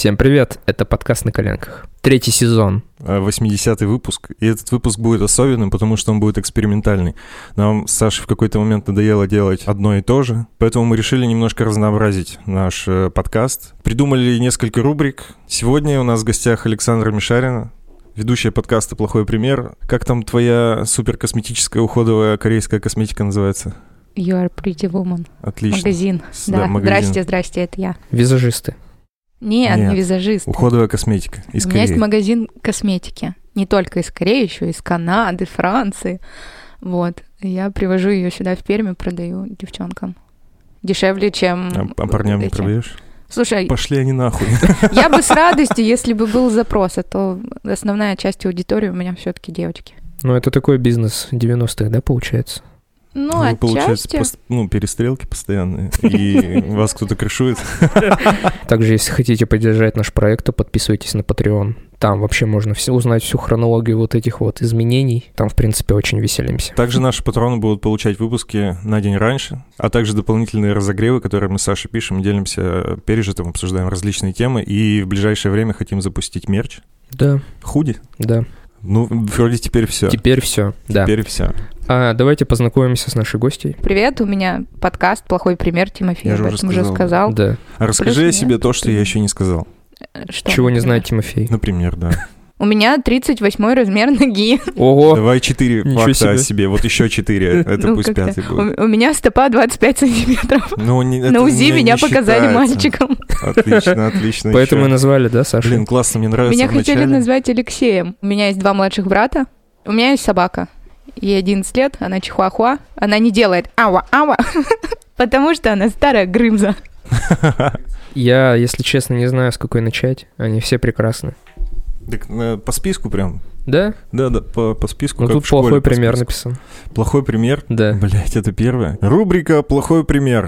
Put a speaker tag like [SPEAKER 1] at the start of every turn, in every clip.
[SPEAKER 1] Всем привет, это подкаст «На коленках». 3-й сезон.
[SPEAKER 2] 80-й выпуск. И этот выпуск будет особенным, потому что он будет экспериментальный. Нам с Сашей в какой-то момент надоело делать одно и то же, поэтому мы решили немножко разнообразить наш подкаст. Придумали несколько рубрик. Сегодня у нас в гостях Александра Мишарина, ведущая подкаста «Плохой пример». Как там твоя суперкосметическая уходовая корейская косметика называется?
[SPEAKER 3] You are pretty woman.
[SPEAKER 2] Отлично.
[SPEAKER 3] Магазин. Да,
[SPEAKER 2] магазин.
[SPEAKER 3] Здрасте, это я.
[SPEAKER 1] Визажисты.
[SPEAKER 3] Нет, не визажист.
[SPEAKER 2] Уходовая косметика из
[SPEAKER 3] У
[SPEAKER 2] Кореи.
[SPEAKER 3] меня есть магазин косметики. Не только из Кореи, еще из Канады, Франции. Вот. Я привожу ее сюда в Пермь и продаю девчонкам. Дешевле, чем...
[SPEAKER 2] А парням не продаешь?
[SPEAKER 3] Слушай...
[SPEAKER 2] Пошли они нахуй.
[SPEAKER 3] Я бы с радостью, если бы был запрос, а то основная часть аудитории у меня все-таки девочки.
[SPEAKER 1] Ну, это такой бизнес 90-х, да, получается?
[SPEAKER 3] Ну, отчасти.
[SPEAKER 2] Получается, перестрелки постоянные, и вас кто-то крышует.
[SPEAKER 1] Также, если хотите поддержать наш проект, то подписывайтесь на Patreon. Там вообще можно узнать всю хронологию вот этих вот изменений. Там, в принципе, очень веселимся.
[SPEAKER 2] Также наши патроны будут получать выпуски на день раньше, а также дополнительные разогревы, которые мы с Сашей пишем, делимся пережитым, обсуждаем различные темы, и в ближайшее время хотим запустить мерч.
[SPEAKER 1] Да.
[SPEAKER 2] Худи?
[SPEAKER 1] Да.
[SPEAKER 2] Ну, вроде теперь все.
[SPEAKER 1] Теперь все, да.
[SPEAKER 2] Теперь все.
[SPEAKER 1] Давайте познакомимся с нашей гостьей.
[SPEAKER 3] Привет, у меня подкаст «Плохой пример», Тимофей об этом уже сказал.
[SPEAKER 1] Да.
[SPEAKER 2] А расскажи о себе то, что я еще не сказал.
[SPEAKER 3] Что,
[SPEAKER 1] чего не знает Тимофей?
[SPEAKER 2] Например, да.
[SPEAKER 3] У меня 38-й размер ноги.
[SPEAKER 1] Ого!
[SPEAKER 2] Давай 4 факта о себе. Вот еще 4. Это пусть 5-й будет.
[SPEAKER 3] У меня стопа 25 сантиметров. На УЗИ меня показали мальчиком.
[SPEAKER 2] Отлично.
[SPEAKER 1] Поэтому и назвали, да, Саша?
[SPEAKER 2] Блин, классно, мне нравится.
[SPEAKER 3] Меня хотели назвать Алексеем. У меня есть 2 младших брата. У меня есть собака. Ей 11 лет, она чихуахуа. Она не делает ава-ава, потому что она старая грымза.
[SPEAKER 1] Я, если честно, не знаю, с какой начать. Они все прекрасны.
[SPEAKER 2] Так по списку прям?
[SPEAKER 1] Да?
[SPEAKER 2] Да, по списку.
[SPEAKER 1] Ну, тут плохой пример написан.
[SPEAKER 2] Плохой пример?
[SPEAKER 1] Да.
[SPEAKER 2] Блять, это первое. Рубрика «Плохой пример».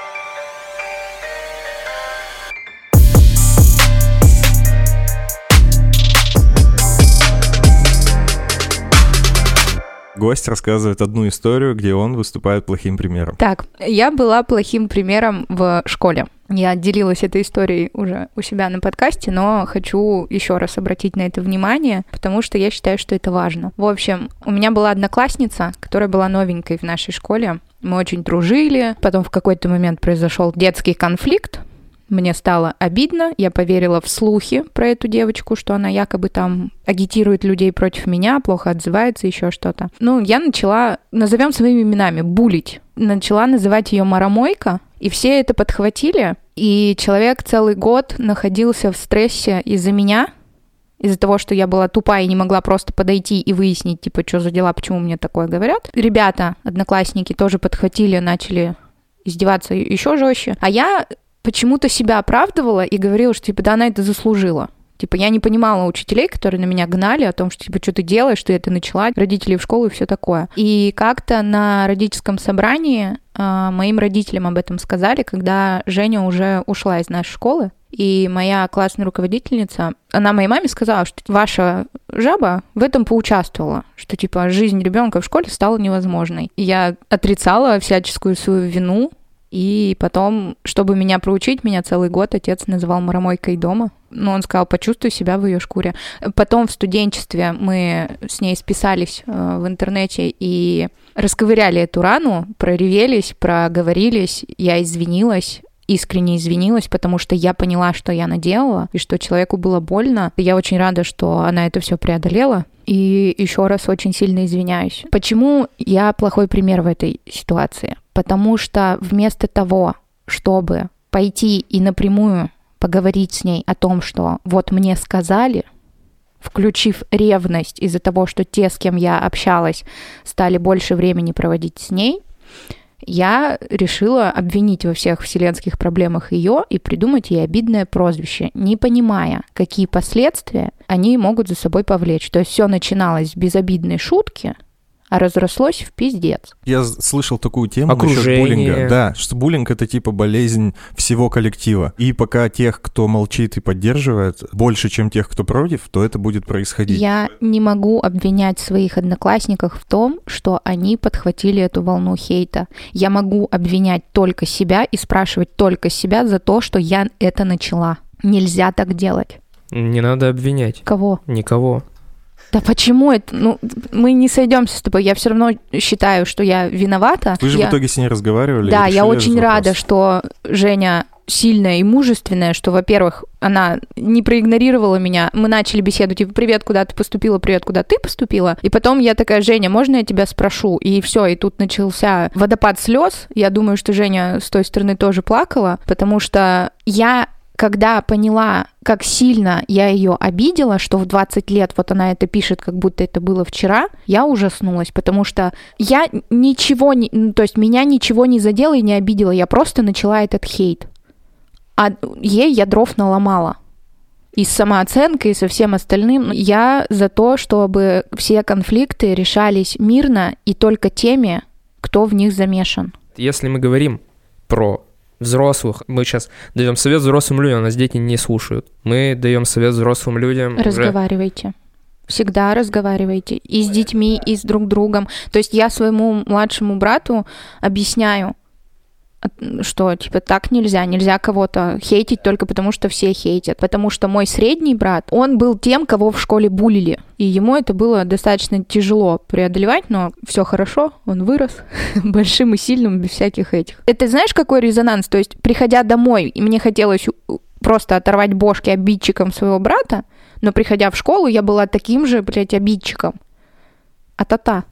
[SPEAKER 2] Гость рассказывает одну историю, где он выступает плохим примером.
[SPEAKER 3] Так, я была плохим примером в школе. Я делилась этой историей уже у себя на подкасте, но хочу еще раз обратить на это внимание, потому что я считаю, что это важно. В общем, у меня была одноклассница, которая была новенькой в нашей школе. Мы очень дружили. Потом в какой-то момент произошел детский конфликт. Мне стало обидно, я поверила в слухи про эту девочку, что она якобы там агитирует людей против меня, плохо отзывается, еще что-то. Ну, я начала, назовем своими именами, булить. Начала называть ее Марамойка, и все это подхватили, и человек целый год находился в стрессе из-за меня, из-за того, что я была тупая и не могла просто подойти и выяснить, типа, что за дела, почему мне такое говорят. Ребята, одноклассники, тоже подхватили, начали издеваться еще жестче, а я почему-то себя оправдывала и говорила, что, типа, да, она это заслужила. Типа, я не понимала учителей, которые на меня гнали о том, что, типа, что ты делаешь, что это начала, родителей в школу и все такое. И как-то на родительском собрании моим родителям об этом сказали, когда Женя уже ушла из нашей школы. И моя классная руководительница, она моей маме сказала, что ваша жаба в этом поучаствовала, что, типа, жизнь ребенка в школе стала невозможной. И я отрицала всяческую свою вину. И потом, чтобы меня проучить, меня целый год отец называл Марамойкой дома. Ну, он сказал, почувствуй себя в ее шкуре. Потом в студенчестве мы с ней списались в интернете и расковыряли эту рану, проревелись, проговорились, я извинилась, искренне извинилась, потому что я поняла, что я наделала, и что человеку было больно. Я очень рада, что она это все преодолела. И еще раз очень сильно извиняюсь. Почему я плохой пример в этой ситуации? Потому что вместо того, чтобы пойти и напрямую поговорить с ней о том, что вот мне сказали, включив ревность из-за того, что те, с кем я общалась, стали больше времени проводить с ней, я решила обвинить во всех вселенских проблемах ее и придумать ей обидное прозвище, не понимая, какие последствия они могут за собой повлечь. То есть все начиналось с безобидной шутки, а разрослось в пиздец.
[SPEAKER 2] Я слышал такую тему
[SPEAKER 1] насчет
[SPEAKER 2] буллинга. Да, что буллинг — это типа болезнь всего коллектива. И пока тех, кто молчит и поддерживает, больше, чем тех, кто против, то это будет происходить.
[SPEAKER 3] Я не могу обвинять своих одноклассников в том, что они подхватили эту волну хейта. Я могу обвинять только себя и спрашивать только себя за то, что я это начала. Нельзя так делать.
[SPEAKER 1] Не надо обвинять.
[SPEAKER 3] Кого?
[SPEAKER 1] Никого.
[SPEAKER 3] Да почему это? Ну, мы не сойдемся с тобой. Я все равно считаю, что я виновата.
[SPEAKER 2] Вы же в итоге с ней разговаривали?
[SPEAKER 3] Да, я очень рада, что Женя сильная и мужественная, что, во-первых, она не проигнорировала меня. Мы начали беседу, типа, привет, куда ты поступила, привет, куда ты поступила. И потом я такая, Женя, можно я тебя спрошу? И все, и тут начался водопад слез. Я думаю, что Женя с той стороны тоже плакала, потому что я, когда поняла, как сильно я ее обидела, что в 20 лет вот она это пишет, как будто это было вчера, я ужаснулась, потому что я ничего не... Ну, то есть меня ничего не задело и не обидело, я просто начала этот хейт. А ей я дров наломала. И с самооценкой, и со всем остальным. Я за то, чтобы все конфликты решались мирно и только теми, кто в них замешан.
[SPEAKER 1] Если мы говорим про взрослых, мы сейчас даем совет взрослым людям, у нас дети не слушают. Мы даем совет взрослым людям.
[SPEAKER 3] Разговаривайте. Всегда разговаривайте. И с детьми, и с друг другом. То есть я своему младшему брату объясняю, что, типа, так нельзя кого-то хейтить только потому, что все хейтят. Потому что мой средний брат, он был тем, кого в школе буллили. И ему это было достаточно тяжело преодолевать, но все хорошо, он вырос большим и сильным, без всяких этих. Это знаешь, какой резонанс? То есть, приходя домой, и мне хотелось просто оторвать бошки обидчикам своего брата, но приходя в школу, я была таким же, блядь, обидчиком. А-та-та.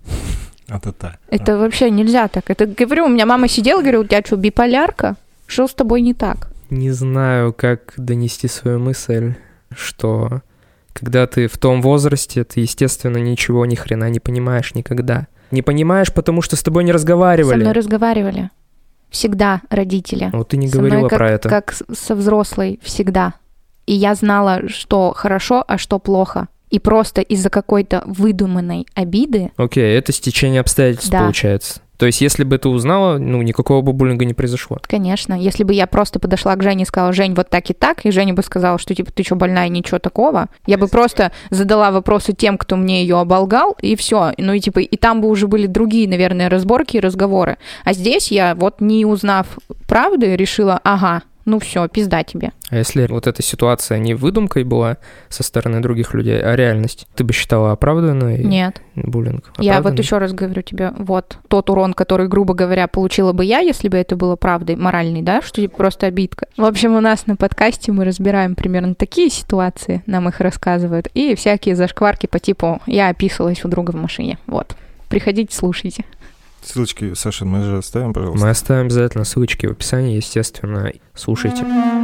[SPEAKER 3] Это вообще нельзя так. Это, говорю, у меня мама сидела, говорю, у тебя что, биполярка? Что с тобой не так?
[SPEAKER 1] Не знаю, как донести свою мысль, что когда ты в том возрасте, ты, естественно, ничего ни хрена не понимаешь никогда. Не понимаешь, потому что с тобой не разговаривали.
[SPEAKER 3] Со мной разговаривали. Всегда родители.
[SPEAKER 1] Вот ты не говорила про это.
[SPEAKER 3] Как со взрослой всегда. И я знала, что хорошо, а что плохо. И просто из-за какой-то выдуманной обиды...
[SPEAKER 1] Окей, это стечение обстоятельств, да, получается. То есть, если бы ты узнала, никакого бы буллинга не произошло.
[SPEAKER 3] Конечно. Если бы я просто подошла к Жене и сказала, Жень, вот так, и Женя бы сказала, что, типа, ты что, больная, ничего такого, я бы просто задала вопросы тем, кто мне ее оболгал, и все. И там бы уже были другие, наверное, разборки и разговоры. А здесь я, вот не узнав правды, решила, ага, все, пизда тебе.
[SPEAKER 1] А если вот эта ситуация не выдумкой была со стороны других людей, а реальность, ты бы считала оправданной?
[SPEAKER 3] Нет.
[SPEAKER 1] Буллинг оправданный?
[SPEAKER 3] Я вот еще раз говорю тебе, вот тот урон, который, грубо говоря, получила бы я, если бы это было правдой, моральной, да, что типа просто обидка. В общем, у нас на подкасте мы разбираем примерно такие ситуации, нам их рассказывают, и всякие зашкварки по типу «я описывалась у друга в машине». Вот. Приходите, слушайте.
[SPEAKER 2] Ссылочки, Саша, мы же оставим, пожалуйста.
[SPEAKER 1] Мы оставим обязательно ссылочки в описании, естественно. Слушайте.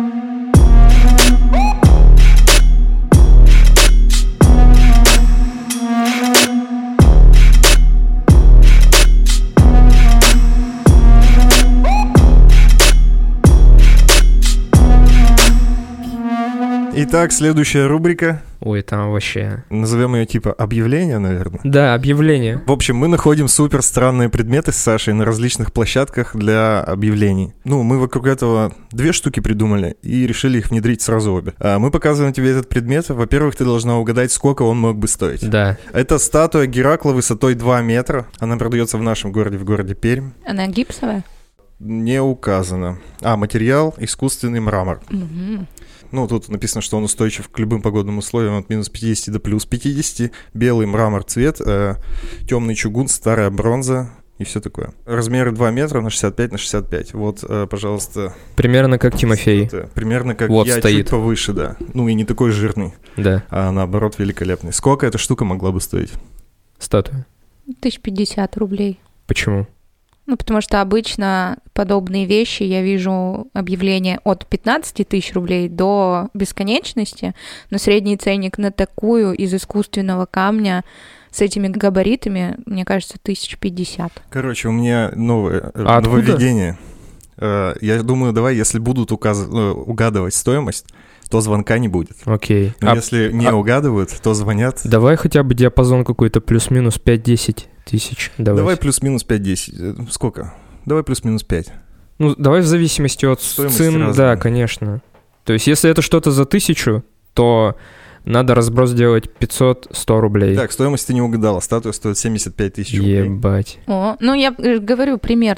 [SPEAKER 2] Итак, следующая рубрика.
[SPEAKER 1] Ой, там вообще...
[SPEAKER 2] Назовем ее типа объявление, наверное.
[SPEAKER 1] Да, объявление.
[SPEAKER 2] В общем, мы находим супер странные предметы с Сашей на различных площадках для объявлений. Мы вокруг этого 2 штуки придумали и решили их внедрить сразу обе. Мы показываем тебе этот предмет. Во-первых, ты должна угадать, сколько он мог бы стоить.
[SPEAKER 1] Да.
[SPEAKER 2] Это статуя Геракла высотой 2 метра. Она продается в нашем городе, в городе Пермь.
[SPEAKER 3] Она гипсовая?
[SPEAKER 2] Не указано. Материал — искусственный мрамор.
[SPEAKER 3] Угу.
[SPEAKER 2] Тут написано, что он устойчив к любым погодным условиям от минус 50 до плюс 50. Белый мрамор цвет, темный чугун, старая бронза и все такое. Размеры 2 метра на 65 на 65. Вот, пожалуйста.
[SPEAKER 1] Примерно как Тимофей.
[SPEAKER 2] Примерно как
[SPEAKER 1] вот
[SPEAKER 2] я,
[SPEAKER 1] стоит.
[SPEAKER 2] Чуть повыше, да. И не такой жирный.
[SPEAKER 1] Да.
[SPEAKER 2] А наоборот великолепный. Сколько эта штука могла бы стоить?
[SPEAKER 1] Статуя.
[SPEAKER 3] 1050 рублей.
[SPEAKER 1] Почему?
[SPEAKER 3] Потому что обычно подобные вещи я вижу объявления от 15 тысяч рублей до бесконечности, но средний ценник на такую из искусственного камня с этими габаритами, мне кажется, 1050.
[SPEAKER 2] Короче, у меня нововведение. Я думаю, давай, если будут угадывать стоимость, то звонка не будет.
[SPEAKER 1] Окей.
[SPEAKER 2] Но если не угадывают, то звонят.
[SPEAKER 1] Давай хотя бы диапазон какой-то плюс-минус 5-10 тысяч.
[SPEAKER 2] Давай плюс-минус 5-10. Сколько? Давай плюс-минус 5.
[SPEAKER 1] Давай в зависимости от цен. Да, конечно. То есть, если это что-то за 1000, то надо разброс делать 500-100 рублей.
[SPEAKER 2] Так, стоимость ты не угадала. Статуя стоит 75 тысяч рублей.
[SPEAKER 1] Ебать.
[SPEAKER 3] Я говорю примерно.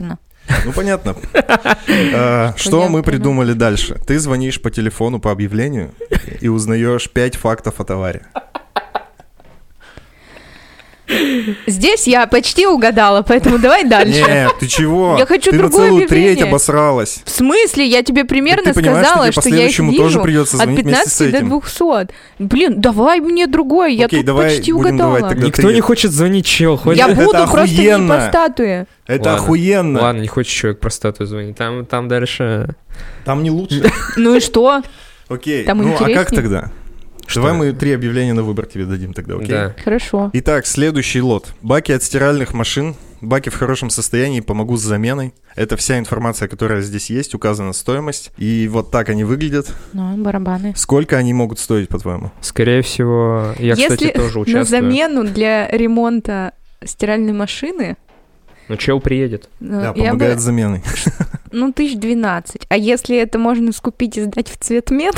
[SPEAKER 2] Ну, понятно. Что мы придумали дальше? Ты звонишь по телефону по объявлению и узнаешь 5 фактов о товаре.
[SPEAKER 3] Здесь я почти угадала, поэтому давай дальше.
[SPEAKER 2] Нет, ты чего?
[SPEAKER 3] Я хочу
[SPEAKER 2] ты
[SPEAKER 3] другое
[SPEAKER 2] на целую
[SPEAKER 3] объявление.
[SPEAKER 2] треть обосралась.
[SPEAKER 3] В смысле? Я тебе примерно
[SPEAKER 2] Так ты понимаешь,
[SPEAKER 3] сказала,
[SPEAKER 2] что
[SPEAKER 3] что
[SPEAKER 2] тебе
[SPEAKER 3] я их
[SPEAKER 2] по-следующему
[SPEAKER 3] вижу
[SPEAKER 2] тоже придется
[SPEAKER 3] от
[SPEAKER 2] звонить вместе с
[SPEAKER 3] 15 до
[SPEAKER 2] этим.
[SPEAKER 3] 200. Блин, давай мне другое, я
[SPEAKER 2] Окей,
[SPEAKER 3] тут
[SPEAKER 2] давай
[SPEAKER 3] почти
[SPEAKER 2] будем
[SPEAKER 3] угадала.
[SPEAKER 2] давать тогда
[SPEAKER 1] Никто
[SPEAKER 2] три.
[SPEAKER 1] не хочет звонить, чел. Хочет...
[SPEAKER 3] Я
[SPEAKER 2] Это
[SPEAKER 3] буду просто не
[SPEAKER 2] охуенно.
[SPEAKER 3] по статуе.
[SPEAKER 2] Это
[SPEAKER 1] Ладно.
[SPEAKER 2] охуенно.
[SPEAKER 1] Ладно, не хочет человек про статую звонить. Там дальше...
[SPEAKER 2] Там не лучше.
[SPEAKER 3] Ну и что?
[SPEAKER 2] Окей,
[SPEAKER 3] Там
[SPEAKER 2] ну а
[SPEAKER 3] интереснее.
[SPEAKER 2] как тогда? Давай мы 3 объявления на выбор тебе дадим тогда, окей?
[SPEAKER 1] Да.
[SPEAKER 3] Хорошо.
[SPEAKER 2] Итак, следующий лот. Баки от стиральных машин. Баки в хорошем состоянии, помогу с заменой. Это вся информация, которая здесь есть, указана стоимость. И вот так они выглядят.
[SPEAKER 3] Ну, барабаны.
[SPEAKER 2] Сколько они могут стоить, по-твоему?
[SPEAKER 1] Скорее всего, я, кстати,
[SPEAKER 3] Если
[SPEAKER 1] тоже участвую.
[SPEAKER 3] на замену для ремонта стиральной машины,
[SPEAKER 1] Ну, чел приедет.
[SPEAKER 2] Да,
[SPEAKER 3] я
[SPEAKER 2] помогает
[SPEAKER 3] бы,
[SPEAKER 2] с заменой.
[SPEAKER 3] 1012. А если это можно скупить и сдать в цветмет?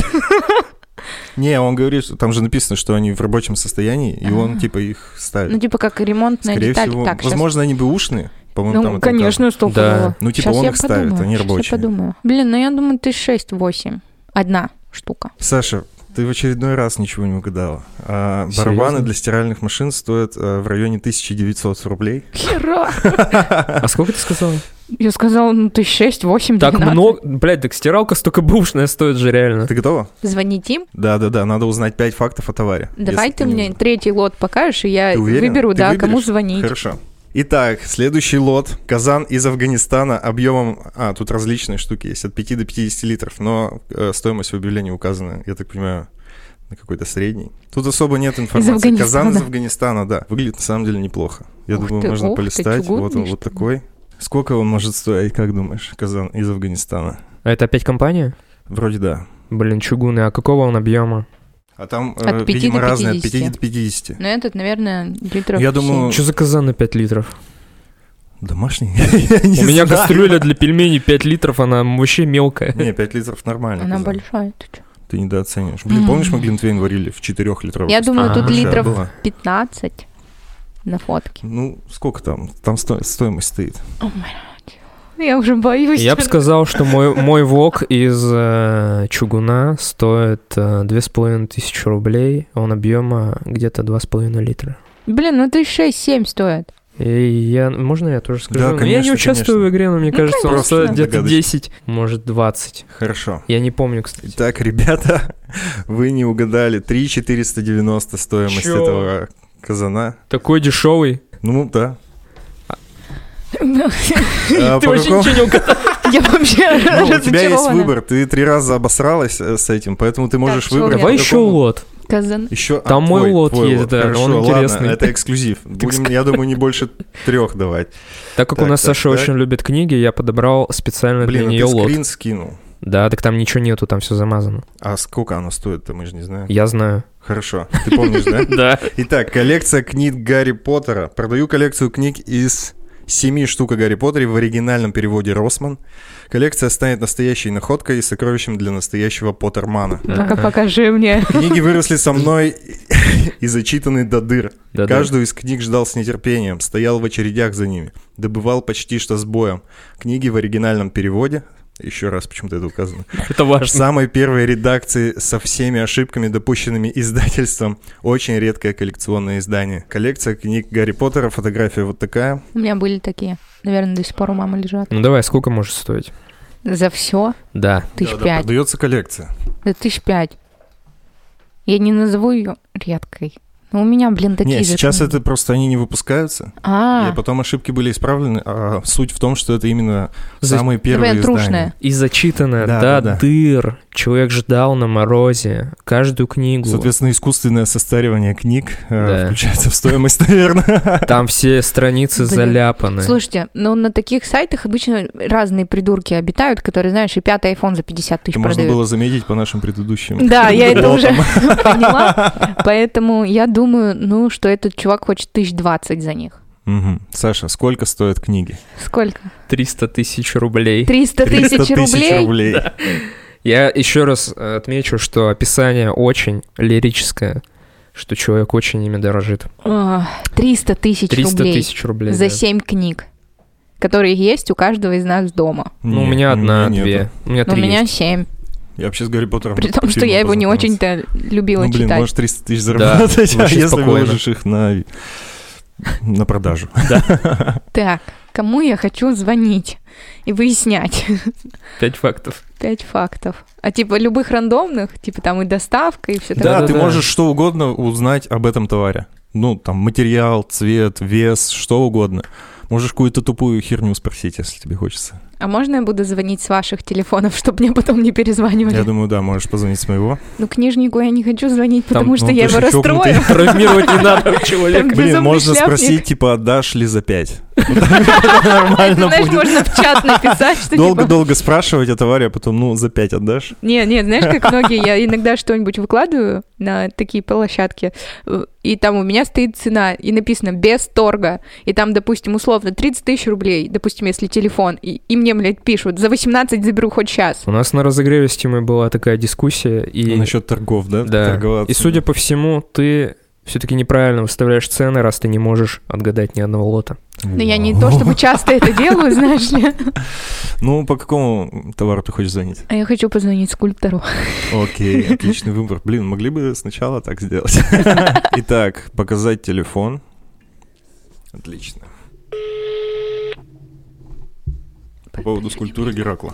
[SPEAKER 2] Не, он говорит, что там же написано, что они в рабочем состоянии, и он типа их ставит.
[SPEAKER 3] Ну, типа как ремонтная
[SPEAKER 2] Скорее
[SPEAKER 3] деталь.
[SPEAKER 2] всего,
[SPEAKER 3] Так, щас.
[SPEAKER 2] возможно, они бэушные. По-моему, там
[SPEAKER 3] Ну,
[SPEAKER 2] это указано.
[SPEAKER 3] конечно, столько
[SPEAKER 1] Да.
[SPEAKER 3] было.
[SPEAKER 2] Ну, типа
[SPEAKER 3] Щас
[SPEAKER 2] он
[SPEAKER 3] я
[SPEAKER 2] их ставит,
[SPEAKER 3] подумаю,
[SPEAKER 2] они
[SPEAKER 3] щас
[SPEAKER 2] рабочие.
[SPEAKER 3] Я подумаю. Блин, ну я думаю, 1006-8. Одна штука.
[SPEAKER 2] Саша, ты в очередной раз ничего не угадала. Барабаны
[SPEAKER 1] Серьезно?
[SPEAKER 2] для стиральных машин стоят в районе 1900 рублей.
[SPEAKER 3] Хера!
[SPEAKER 1] А сколько ты сказал?
[SPEAKER 3] Я сказала, 1006-8,
[SPEAKER 1] Так
[SPEAKER 3] 12.
[SPEAKER 1] много... Блядь, так стиралка столько бэушная стоит же реально.
[SPEAKER 2] Ты готова?
[SPEAKER 3] Звонить им?
[SPEAKER 2] Да-да-да, надо узнать 5 фактов о товаре.
[SPEAKER 3] Давай
[SPEAKER 2] если
[SPEAKER 3] ты
[SPEAKER 2] не
[SPEAKER 3] мне
[SPEAKER 2] узнал.
[SPEAKER 3] третий лот покажешь, и я
[SPEAKER 2] Ты уверена?
[SPEAKER 3] выберу,
[SPEAKER 2] Ты
[SPEAKER 3] да,
[SPEAKER 2] выберешь?
[SPEAKER 3] кому звонить.
[SPEAKER 2] Хорошо. Итак, следующий лот. Казан из Афганистана объемом... тут различные штуки есть, от 5 до 50 литров, но стоимость в объявлении указана, я так понимаю, на какой-то средний. Тут особо нет информации.
[SPEAKER 3] Афганистана.
[SPEAKER 2] Казан из Афганистана, да. Выглядит на самом деле неплохо. Я
[SPEAKER 3] Ух
[SPEAKER 2] думаю,
[SPEAKER 3] ты,
[SPEAKER 2] можно
[SPEAKER 3] ух ты,
[SPEAKER 2] полистать. Вот он,
[SPEAKER 3] чугунный,
[SPEAKER 2] вот
[SPEAKER 3] что ли?
[SPEAKER 2] такой. Сколько он может стоить, как думаешь, казан из Афганистана?
[SPEAKER 1] А это опять компания?
[SPEAKER 2] Вроде да.
[SPEAKER 1] Блин, чугунный. А какого он объема?
[SPEAKER 2] А там,
[SPEAKER 3] От 5
[SPEAKER 2] видимо,
[SPEAKER 3] до
[SPEAKER 2] разные, от
[SPEAKER 3] 50.
[SPEAKER 2] 50 до 50.
[SPEAKER 3] Ну, этот, наверное, литров
[SPEAKER 2] Я думаю,
[SPEAKER 3] 7.
[SPEAKER 1] Что за казан на 5 литров?
[SPEAKER 2] Домашний?
[SPEAKER 1] У меня кастрюля для пельменей 5 литров, она вообще мелкая.
[SPEAKER 2] Не, 5 литров нормально.
[SPEAKER 3] Она
[SPEAKER 2] казан.
[SPEAKER 3] большая. Ты чё?
[SPEAKER 2] Ты недооцениваешь. Блин, помнишь, мы глинтвейн варили в 4-литровой?
[SPEAKER 3] Я думаю, тут
[SPEAKER 1] большая
[SPEAKER 3] литров
[SPEAKER 2] была.
[SPEAKER 3] 15 на фотке.
[SPEAKER 2] Ну, сколько там? Там стоимость стоит.
[SPEAKER 3] Я уже боюсь.
[SPEAKER 1] Я бы сказал, что мой вок из чугуна стоит 2500 рублей, он объема где-то 2,5 литра.
[SPEAKER 3] Блин, ну 1006-7 стоит.
[SPEAKER 1] И можно я тоже скажу?
[SPEAKER 2] Да,
[SPEAKER 1] Ну, я не
[SPEAKER 2] конечно,
[SPEAKER 1] участвую
[SPEAKER 2] конечно.
[SPEAKER 1] в игре, но мне кажется, он
[SPEAKER 2] конечно.
[SPEAKER 1] стоит где-то
[SPEAKER 2] Догадочно.
[SPEAKER 1] 10, может 20.
[SPEAKER 2] Хорошо.
[SPEAKER 1] Я не помню, кстати.
[SPEAKER 2] Итак, ребята, вы не угадали. 3,490 стоимость
[SPEAKER 1] Чё?
[SPEAKER 2] этого казана.
[SPEAKER 1] Такой дешевый.
[SPEAKER 2] Ну, да.
[SPEAKER 1] Ты
[SPEAKER 2] По
[SPEAKER 1] вообще
[SPEAKER 2] какому-
[SPEAKER 1] ничего не угадал.
[SPEAKER 3] Я вообще
[SPEAKER 2] Ну, у тебя есть
[SPEAKER 3] разочарована.
[SPEAKER 2] выбор. Ты 3 раза обосралась с этим, поэтому ты можешь
[SPEAKER 3] всё,
[SPEAKER 2] выбрать.
[SPEAKER 1] Давай
[SPEAKER 2] по
[SPEAKER 1] еще
[SPEAKER 2] какому-
[SPEAKER 1] лот.
[SPEAKER 3] Казан.
[SPEAKER 2] Еще,
[SPEAKER 1] Там мой лот есть, да,
[SPEAKER 2] Хорошо,
[SPEAKER 1] он
[SPEAKER 2] ладно,
[SPEAKER 1] интересный.
[SPEAKER 2] это эксклюзив. Будем, я думаю, не больше 3 давать.
[SPEAKER 1] Так как
[SPEAKER 2] Так,
[SPEAKER 1] у нас
[SPEAKER 2] так,
[SPEAKER 1] Саша
[SPEAKER 2] так.
[SPEAKER 1] очень любит книги, я подобрал специально
[SPEAKER 2] Блин,
[SPEAKER 1] для
[SPEAKER 2] ну
[SPEAKER 1] нее
[SPEAKER 2] ты
[SPEAKER 1] лот.
[SPEAKER 2] скрин скинул.
[SPEAKER 1] Да, так там ничего нету, там все замазано.
[SPEAKER 2] А сколько оно стоит-то, мы же не знаем.
[SPEAKER 1] Я знаю.
[SPEAKER 2] Хорошо, ты помнишь, да?
[SPEAKER 1] Да.
[SPEAKER 2] Итак, коллекция книг Гарри Поттера. Продаю коллекцию книг из 7 штук о Гарри Поттере в оригинальном переводе Росман. Коллекция станет настоящей находкой и сокровищем для настоящего Поттермана.
[SPEAKER 3] Ну-ка, покажи мне.
[SPEAKER 2] Книги выросли со мной и зачитаны до дыр.
[SPEAKER 1] Да-да.
[SPEAKER 2] Каждую из книг ждал с нетерпением, стоял в очередях за ними, добывал почти что с боем. Книги в оригинальном переводе, еще раз почему-то это указано,
[SPEAKER 1] Это
[SPEAKER 2] в
[SPEAKER 1] важно.
[SPEAKER 2] самой первой редакции со всеми ошибками, допущенными издательством. Очень редкое коллекционное издание. Коллекция книг Гарри Поттера, фотография вот такая.
[SPEAKER 3] У меня были такие. Наверное, до сих пор у мамы лежат.
[SPEAKER 1] Ну давай, сколько может стоить?
[SPEAKER 3] За все
[SPEAKER 1] Да.
[SPEAKER 3] 1005.
[SPEAKER 2] Продается коллекция.
[SPEAKER 3] За 1005. Я не назову ее редкой. Но у меня, блин, такие
[SPEAKER 2] Не,
[SPEAKER 3] же
[SPEAKER 2] сейчас
[SPEAKER 3] книги.
[SPEAKER 2] это просто они не выпускаются. И потом ошибки были исправлены, а суть в том, что это именно
[SPEAKER 1] За-
[SPEAKER 2] самые первые
[SPEAKER 3] Давай,
[SPEAKER 2] издания.
[SPEAKER 3] трушная.
[SPEAKER 1] И зачитанная
[SPEAKER 2] Да,
[SPEAKER 1] до
[SPEAKER 2] да, да.
[SPEAKER 1] дыр. Человек ждал на морозе каждую книгу.
[SPEAKER 2] Соответственно, искусственное состаривание книг
[SPEAKER 1] Да.
[SPEAKER 2] включается в стоимость, наверное.
[SPEAKER 1] Там все страницы
[SPEAKER 3] Блин.
[SPEAKER 1] заляпаны.
[SPEAKER 3] Слушайте, ну на таких сайтах обычно разные придурки обитают, которые, знаешь, и 5-й iPhone за 50 тысяч
[SPEAKER 2] Это можно
[SPEAKER 3] продают.
[SPEAKER 2] было заметить по нашим предыдущим.
[SPEAKER 3] Да, я это уже
[SPEAKER 2] лотам.
[SPEAKER 3] поняла. Поэтому я думаю, ну, что этот чувак хочет 1020 за них.
[SPEAKER 2] Мгм. Саша, сколько стоят книги?
[SPEAKER 3] Сколько?
[SPEAKER 1] 300 тысяч рублей.
[SPEAKER 3] 300 тысяч рублей?
[SPEAKER 1] Я еще раз отмечу, что описание очень лирическое, что человек очень ими дорожит.
[SPEAKER 3] 300 тысяч
[SPEAKER 1] 300
[SPEAKER 3] рублей
[SPEAKER 1] тысяч рублей.
[SPEAKER 3] за
[SPEAKER 1] да.
[SPEAKER 3] 7 книг. которые есть у каждого из нас дома?
[SPEAKER 1] Ну, у меня одна,
[SPEAKER 2] нету.
[SPEAKER 1] две. У меня
[SPEAKER 3] У
[SPEAKER 1] 3
[SPEAKER 3] меня
[SPEAKER 1] есть.
[SPEAKER 3] 7.
[SPEAKER 2] Я вообще с Гарри Поттером...
[SPEAKER 3] При том, что я его не очень-то любила
[SPEAKER 2] Ну, блин,
[SPEAKER 3] читать.
[SPEAKER 2] можешь 300 тысяч заработать,
[SPEAKER 1] вообще
[SPEAKER 2] если
[SPEAKER 1] спокойно.
[SPEAKER 2] выложишь их на продажу.
[SPEAKER 3] Так, кому я хочу звонить и выяснять?
[SPEAKER 1] 5 фактов.
[SPEAKER 3] 5 фактов. А типа любых рандомных, типа там и доставка, и все такое.
[SPEAKER 2] Да, ты
[SPEAKER 1] Да-да-да.
[SPEAKER 2] можешь что угодно узнать об этом товаре. Ну, там, материал, цвет, вес, что угодно. Можешь какую-то тупую херню спросить, если тебе хочется.
[SPEAKER 3] А можно я буду звонить с ваших телефонов, чтобы мне потом не перезванивали?
[SPEAKER 2] Я думаю, да, можешь позвонить с моего.
[SPEAKER 3] Ну, книжнику я не хочу звонить,
[SPEAKER 1] Там,
[SPEAKER 3] потому что
[SPEAKER 2] ну,
[SPEAKER 3] я
[SPEAKER 2] ты
[SPEAKER 3] его
[SPEAKER 2] же чокнутый.
[SPEAKER 3] расстрою.
[SPEAKER 1] Травмировать не надо человека.
[SPEAKER 3] Там
[SPEAKER 2] Блин,
[SPEAKER 3] безумный
[SPEAKER 2] можно
[SPEAKER 3] шляпник.
[SPEAKER 2] спросить, типа, отдашь ли за 5?
[SPEAKER 3] Это,
[SPEAKER 2] Нормально
[SPEAKER 3] знаешь,
[SPEAKER 2] будет.
[SPEAKER 3] можно в чат написать, что типа...
[SPEAKER 2] Долго-долго спрашивать о товаре, а потом, ну, за 5 отдашь?
[SPEAKER 3] Нет, знаешь, как многие, я иногда что-нибудь выкладываю на такие площадки, и там у меня стоит цена, и написано «без торга», и там, допустим, условно 30 тысяч рублей, допустим, если телефон, и мне, блядь, пишут «за 18 заберу хоть сейчас».
[SPEAKER 1] У нас на разогреве с Тимой была такая дискуссия, и...
[SPEAKER 2] Насчет торгов, да?
[SPEAKER 1] Да.
[SPEAKER 2] Торговаться.
[SPEAKER 1] И, судя по всему, ты все-таки неправильно выставляешь цены, раз ты не можешь отгадать ни одного лота.
[SPEAKER 3] Но я не то чтобы часто это делаю, знаешь ли.
[SPEAKER 2] Ну, по какому товару ты хочешь звонить?
[SPEAKER 3] А я хочу позвонить скульптору.
[SPEAKER 2] Окей, отличный выбор. Блин, могли бы сначала так сделать. Итак, показать телефон. Отлично. По поводу скульптуры Геракла.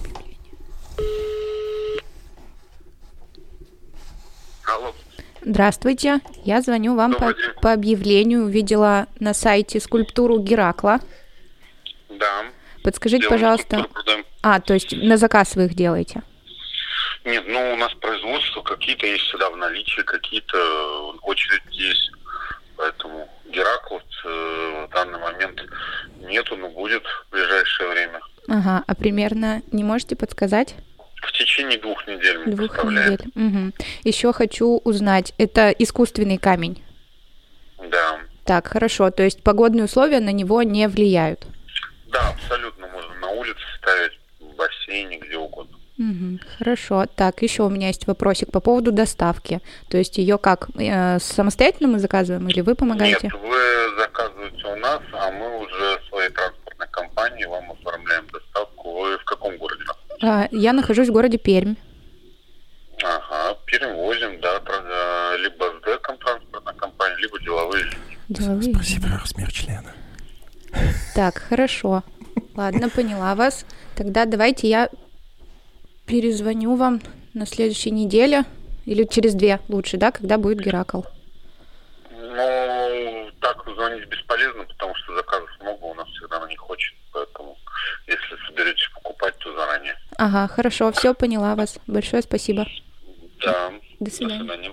[SPEAKER 4] Алло.
[SPEAKER 3] Здравствуйте, я звоню вам
[SPEAKER 4] Добрый день.
[SPEAKER 3] по объявлению. Увидела на сайте скульптуру Геракла.
[SPEAKER 4] Да.
[SPEAKER 3] Подскажите,
[SPEAKER 4] Делаем
[SPEAKER 3] пожалуйста...
[SPEAKER 4] скульптуру, продаем.
[SPEAKER 3] А, то есть на заказ вы их делаете?
[SPEAKER 4] Нет, ну у нас производство, какие-то есть всегда в наличии, какие-то очередь есть. Поэтому Геракла в данный момент нету, но будет в ближайшее время.
[SPEAKER 3] Ага, а примерно не можете подсказать?
[SPEAKER 4] В течение 2 недель мы
[SPEAKER 3] 2
[SPEAKER 4] поставляем.
[SPEAKER 3] недель. Угу. Еще хочу узнать, это искусственный камень?
[SPEAKER 4] Да.
[SPEAKER 3] Так, хорошо, то есть погодные условия на него не влияют?
[SPEAKER 4] Да, абсолютно. Можно на улице ставить, в бассейне, где угодно.
[SPEAKER 3] Угу, хорошо. Так, еще у меня есть вопросик по поводу доставки. То есть ее как, самостоятельно мы заказываем или вы помогаете?
[SPEAKER 4] Нет, вы заказываете у нас, а мы уже своей транспортной компании вам оформляем доставку. Вы в каком городе находитесь?
[SPEAKER 3] Я нахожусь в городе Пермь.
[SPEAKER 4] Ага, перевозим, да, либо с ДЭКом транспортной компании, либо деловые люди.
[SPEAKER 3] Деловые.
[SPEAKER 2] Спроси про размер члена.
[SPEAKER 3] Так, хорошо. Ладно, поняла вас. Тогда давайте я перезвоню вам на следующей неделе. Или через 2 лучше, да, когда будет Геракл.
[SPEAKER 4] Ну, так звонить бесполезно, потому что заказов много, у нас всегда на них очень. Поэтому, если соберетесь покупать, то заранее.
[SPEAKER 3] Ага, хорошо, все, поняла вас. Большое спасибо.
[SPEAKER 4] Да.
[SPEAKER 3] До свидания.
[SPEAKER 4] До свидания.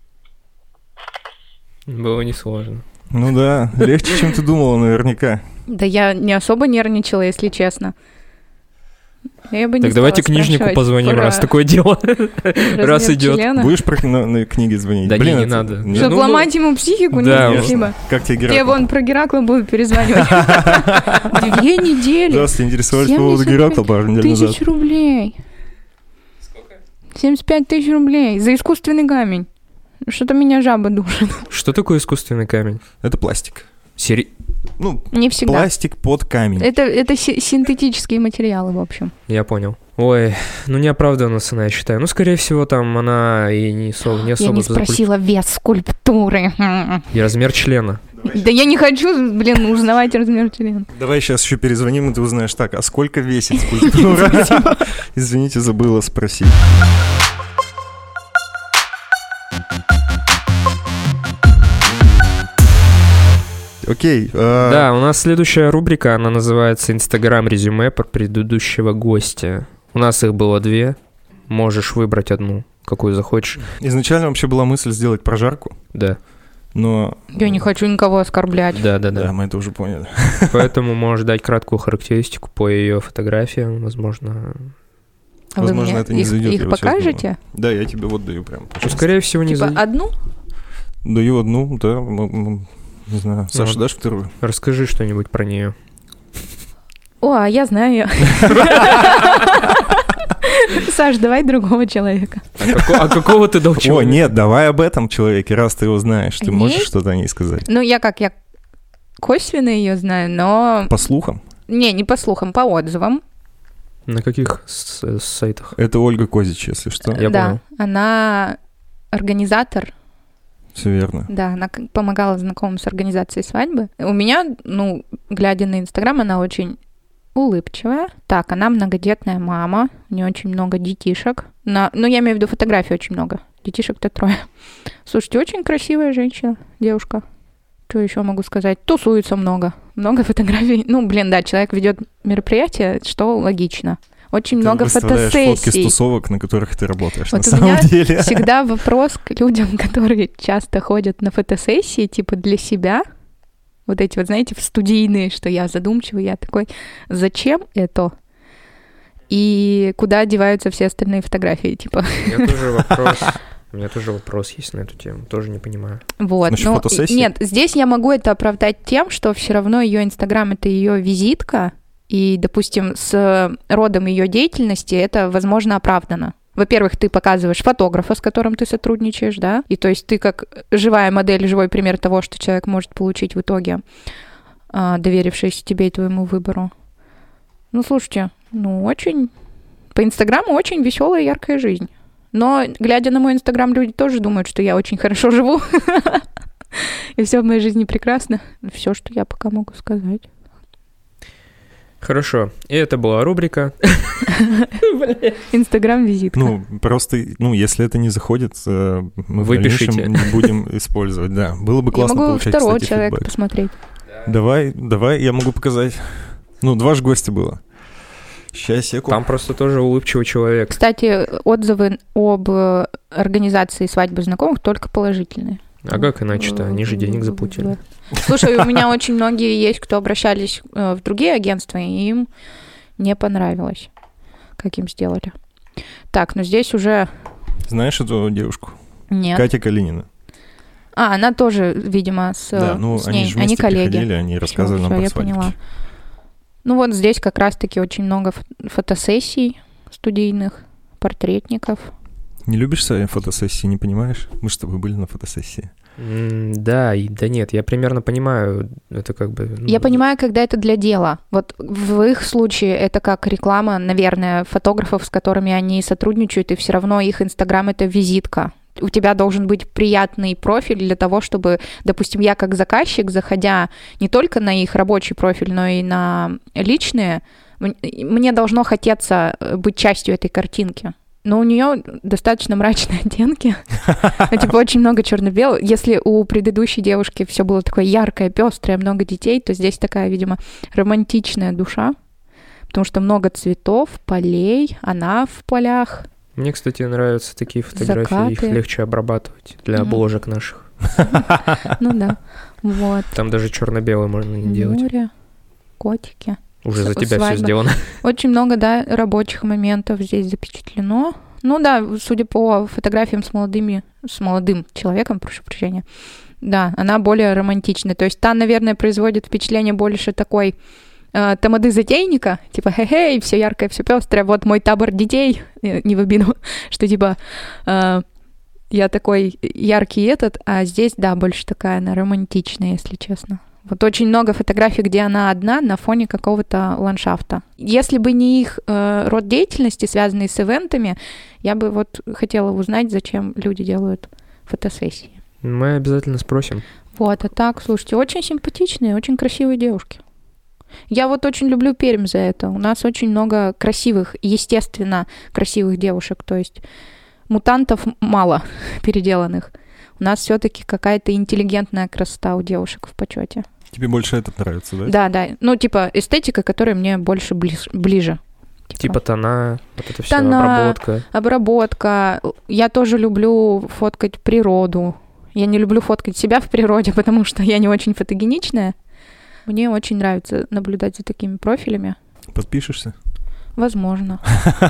[SPEAKER 1] Было несложно.
[SPEAKER 2] Ну да, легче, чем ты думала, наверняка.
[SPEAKER 3] Да я не особо нервничала, если честно. Я бы не
[SPEAKER 1] Так давайте
[SPEAKER 3] стала
[SPEAKER 1] книжнику
[SPEAKER 3] спрашивать
[SPEAKER 1] позвоним,
[SPEAKER 3] про
[SPEAKER 1] раз такое дело.
[SPEAKER 3] размер
[SPEAKER 1] Раз идет.
[SPEAKER 3] члена.
[SPEAKER 2] Будешь на книге звонить?
[SPEAKER 1] Да
[SPEAKER 2] Блин,
[SPEAKER 1] не
[SPEAKER 2] это-
[SPEAKER 1] надо.
[SPEAKER 2] Нет?
[SPEAKER 3] Чтобы
[SPEAKER 1] Ну,
[SPEAKER 3] ломать ему психику?
[SPEAKER 1] да,
[SPEAKER 3] Нет, спасибо.
[SPEAKER 2] Как тебе
[SPEAKER 3] Я
[SPEAKER 2] Геракл?
[SPEAKER 3] вон про Геракла буду перезванивать. 2 недели.
[SPEAKER 2] Здравствуйте, интересовались по поводу
[SPEAKER 3] 75
[SPEAKER 2] Геракла пару недель назад.
[SPEAKER 3] Тысяч рублей. 75 тысяч рублей за искусственный камень. Что-то меня жаба душит.
[SPEAKER 1] Что такое искусственный камень?
[SPEAKER 2] Это пластик. Ну,
[SPEAKER 3] Не всегда.
[SPEAKER 2] пластик под камень.
[SPEAKER 3] Это синтетические материалы, в общем.
[SPEAKER 1] Я понял. Ой, ну неоправданная цена, я считаю. Ну, скорее всего, там она и не особо
[SPEAKER 3] Я не спросила вес скульптуры.
[SPEAKER 1] И размер члена.
[SPEAKER 3] Да я не хочу, узнавать размер члена.
[SPEAKER 2] Давай сейчас еще перезвоним, и ты узнаешь, так, а сколько весит скульптура? Извините, забыла спросить. Окей.
[SPEAKER 1] Да, у нас следующая рубрика, она называется «Инстаграм-резюме» про предыдущего гостя. У нас их было 2. Можешь выбрать одну, какую захочешь.
[SPEAKER 2] Изначально вообще была мысль сделать прожарку,
[SPEAKER 1] Да,
[SPEAKER 2] но...
[SPEAKER 3] Я не хочу никого оскорблять.
[SPEAKER 2] Да,
[SPEAKER 1] да.
[SPEAKER 2] мы это уже поняли.
[SPEAKER 1] Поэтому можешь дать краткую характеристику по ее фотографиям, возможно.
[SPEAKER 3] А вы
[SPEAKER 2] Возможно,
[SPEAKER 3] мне
[SPEAKER 2] это не зайдет.
[SPEAKER 3] их
[SPEAKER 2] я вот сейчас
[SPEAKER 3] покажете?
[SPEAKER 2] думаю. Да, я тебе вот даю прям.
[SPEAKER 1] Ну,
[SPEAKER 2] пожалуйста.
[SPEAKER 1] скорее всего, не
[SPEAKER 3] Типа
[SPEAKER 1] зайдет.
[SPEAKER 3] одну?
[SPEAKER 2] Даю одну, да. Не знаю. Саша,
[SPEAKER 1] Вот.
[SPEAKER 2] дашь вторую?
[SPEAKER 1] Расскажи что-нибудь про нее.
[SPEAKER 3] О, а я знаю ее. Саш, давай другого человека.
[SPEAKER 1] А какого ты дал
[SPEAKER 2] О,
[SPEAKER 1] человека?
[SPEAKER 2] нет, давай об этом человеке, раз ты его знаешь. Ты
[SPEAKER 3] О
[SPEAKER 2] можешь
[SPEAKER 3] ней?
[SPEAKER 2] что-то о ней сказать?
[SPEAKER 3] Ну, я косвенно ее знаю, но
[SPEAKER 2] По слухам?
[SPEAKER 3] Не по слухам, по отзывам.
[SPEAKER 1] На каких сайтах?
[SPEAKER 2] Это Ольга Козич, если что.
[SPEAKER 1] Я понял.
[SPEAKER 3] Она организатор.
[SPEAKER 2] Все верно.
[SPEAKER 3] Да, она помогала знакомым с организацией свадьбы. У меня, глядя на Инстаграм, она очень улыбчивая. Так, она многодетная мама, у нее очень много детишек. Я имею в виду фотографий очень много. Детишек-то 3. Слушайте, очень красивая женщина, девушка. Что еще могу сказать? Тусуется много. Много фотографий. Да, человек ведет мероприятие, что логично. Очень много фотосессий.
[SPEAKER 2] Ты фотки с тусовок, на которых ты работаешь,
[SPEAKER 3] вот
[SPEAKER 2] на самом деле.
[SPEAKER 3] У меня всегда вопрос к людям, которые часто ходят на фотосессии, типа для себя. Вот эти вот, знаете, студийные, что я задумчивый, я такой, зачем это? И куда деваются все остальные фотографии, типа?
[SPEAKER 1] У меня тоже вопрос есть на эту тему, тоже не понимаю.
[SPEAKER 3] Вот. Нет, здесь я могу это оправдать тем, что все равно ее Инстаграм — это ее визитка, и, допустим, с родом ее деятельности это, возможно, оправдано. Во-первых, ты показываешь фотографа, с которым ты сотрудничаешь, да, и то есть ты как живая модель, живой пример того, что человек может получить в итоге, доверившись тебе и твоему выбору. Слушайте, очень... По Инстаграму очень веселая, яркая жизнь. Но, глядя на мой Инстаграм, люди тоже думают, что я очень хорошо живу. И все в моей жизни прекрасно. Все, что я пока могу сказать.
[SPEAKER 1] Хорошо. И это была рубрика.
[SPEAKER 3] Инстаграм-визитка.
[SPEAKER 2] Просто, если это не заходит, мы в дальнейшем не будем использовать. Да, было бы классно получать,
[SPEAKER 3] я могу второго человека посмотреть.
[SPEAKER 2] Давай, я могу показать. 2 же гостя было. Сейчас, секунду.
[SPEAKER 1] Там просто тоже улыбчивый человек.
[SPEAKER 3] Кстати, отзывы об организации свадьбы знакомых только положительные.
[SPEAKER 1] А как иначе-то? Они же денег заплатили.
[SPEAKER 3] Слушай, у меня очень многие есть, кто обращались в другие агентства, и им не понравилось, как им сделали. Так, здесь уже...
[SPEAKER 2] Знаешь эту девушку?
[SPEAKER 3] Нет.
[SPEAKER 2] Катя Калинина.
[SPEAKER 3] Она тоже, видимо, с ней.
[SPEAKER 2] Они же вместе приходили, они рассказывали нам про свадьбу.
[SPEAKER 3] Я поняла. Здесь как раз-таки очень много фотосессий студийных, портретников.
[SPEAKER 2] Не любишь свои фотосессии, не понимаешь? Мы с тобой были на фотосессии.
[SPEAKER 1] Да нет, я примерно понимаю, это как бы...
[SPEAKER 3] Я понимаю, когда это для дела. Вот в их случае это как реклама, наверное, фотографов, с которыми они сотрудничают, и все равно их Инстаграм — это визитка. У тебя должен быть приятный профиль для того, чтобы, допустим, я как заказчик, заходя не только на их рабочий профиль, но и на личные, мне должно хотеться быть частью этой картинки. Но у нее достаточно мрачные оттенки. Очень много черно-белого. Если у предыдущей девушки все было такое яркое, пестрое, много детей, то здесь такая, видимо, романтичная душа. Потому что много цветов, полей, она в полях.
[SPEAKER 1] Мне, кстати, нравятся такие фотографии.
[SPEAKER 3] Закаты.
[SPEAKER 1] Их легче обрабатывать для обложек наших.
[SPEAKER 3] Да. Вот.
[SPEAKER 1] Там даже черно-белое можно не делать.
[SPEAKER 3] Море, котики.
[SPEAKER 1] Уже за тебя все сделано.
[SPEAKER 3] Очень много, рабочих моментов здесь запечатлено. Судя по фотографиям с молодым человеком, прошу прощения, да, она более романтичная. То есть та, наверное, производит впечатление больше такой тамады затейника, типа, хе-хей, все яркое, все пестрое, вот мой табор детей, не в обиду, что типа я такой яркий а здесь, больше такая она романтичная, если честно. Вот очень много фотографий, где она одна на фоне какого-то ландшафта. Если бы не их род деятельности, связанный с ивентами, я бы хотела узнать, зачем люди делают фотосессии.
[SPEAKER 1] Мы обязательно спросим.
[SPEAKER 3] А так, слушайте, очень симпатичные, очень красивые девушки. Я очень люблю Пермь за это. У нас очень много красивых, естественно, красивых девушек. То есть мутантов мало переделанных. У нас все-таки какая-то интеллигентная красота у девушек в почете.
[SPEAKER 2] Тебе больше этот нравится, да?
[SPEAKER 3] Да. Эстетика, которая мне больше ближе.
[SPEAKER 1] Типа тона, это все,
[SPEAKER 3] обработка. Я тоже люблю фоткать природу. Я не люблю фоткать себя в природе, потому что я не очень фотогеничная. Мне очень нравится наблюдать за такими профилями.
[SPEAKER 2] Подпишешься?
[SPEAKER 3] Возможно.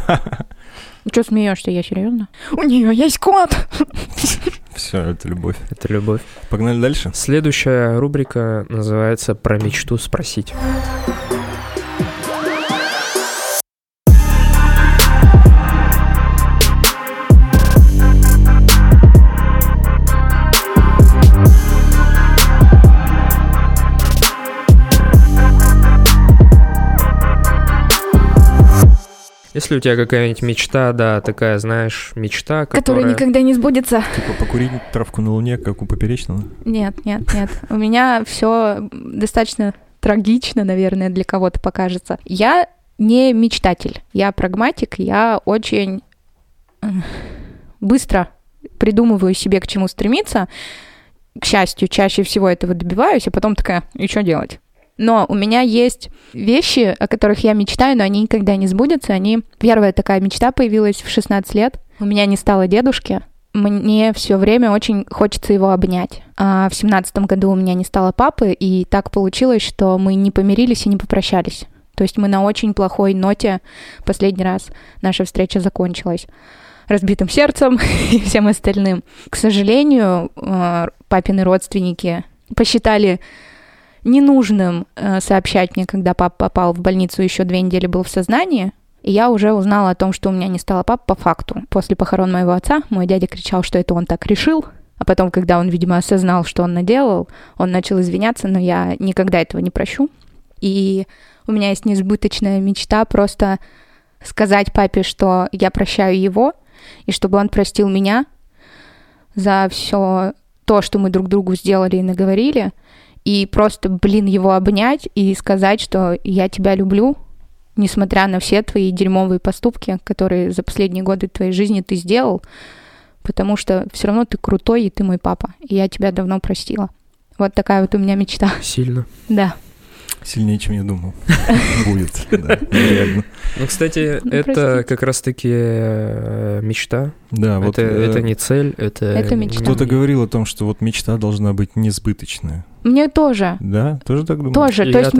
[SPEAKER 3] Что смеешься, я серьезно? У нее есть кот!
[SPEAKER 2] Все, это любовь.
[SPEAKER 1] Это любовь.
[SPEAKER 2] Погнали дальше?
[SPEAKER 1] Следующая рубрика называется «Про мечту спросить». Есть ли у тебя какая-нибудь мечта, да, такая, знаешь, мечта,
[SPEAKER 3] которая никогда не сбудется?
[SPEAKER 2] Типа покурить травку на Луне, как у Поперечного?
[SPEAKER 3] Нет. У меня все достаточно трагично, наверное, для кого-то покажется. Я не мечтатель, я прагматик, я очень быстро придумываю себе, к чему стремиться. К счастью, чаще всего этого добиваюсь, а потом такая, и что делать? Но у меня есть вещи, о которых я мечтаю, но они никогда не сбудутся. Первая такая мечта появилась в 16 лет. У меня не стало дедушки. Мне все время очень хочется его обнять. А в 17 году у меня не стало папы, и так получилось, что мы не помирились и не попрощались. То есть мы на очень плохой ноте последний раз наша встреча закончилась. Разбитым сердцем и всем остальным. К сожалению, папины родственники посчитали ненужным сообщать мне, когда папа попал в больницу, еще 2 недели был в сознании. И я уже узнала о том, что у меня не стало папы по факту. После похорон моего отца мой дядя кричал, что это он так решил. А потом, когда он, видимо, осознал, что он наделал, он начал извиняться, но я никогда этого не прощу. И у меня есть несбыточная мечта просто сказать папе, что я прощаю его, и чтобы он простил меня за все то, что мы друг другу сделали и наговорили, и просто, его обнять и сказать, что я тебя люблю, несмотря на все твои дерьмовые поступки, которые за последние годы твоей жизни ты сделал, потому что все равно ты крутой, и ты мой папа, и я тебя давно простила. Вот такая вот у меня мечта.
[SPEAKER 1] Сильно.
[SPEAKER 3] Да.
[SPEAKER 2] Сильнее, чем я думал. Будет, да, реально.
[SPEAKER 1] Ну, кстати, это как раз-таки мечта.
[SPEAKER 2] Да, вот
[SPEAKER 1] это не цель, это
[SPEAKER 3] мечта.
[SPEAKER 2] Кто-то говорил о том, что вот мечта должна быть несбыточная.
[SPEAKER 3] Мне тоже.
[SPEAKER 2] Да? Тоже так думаю?
[SPEAKER 3] Тоже. То есть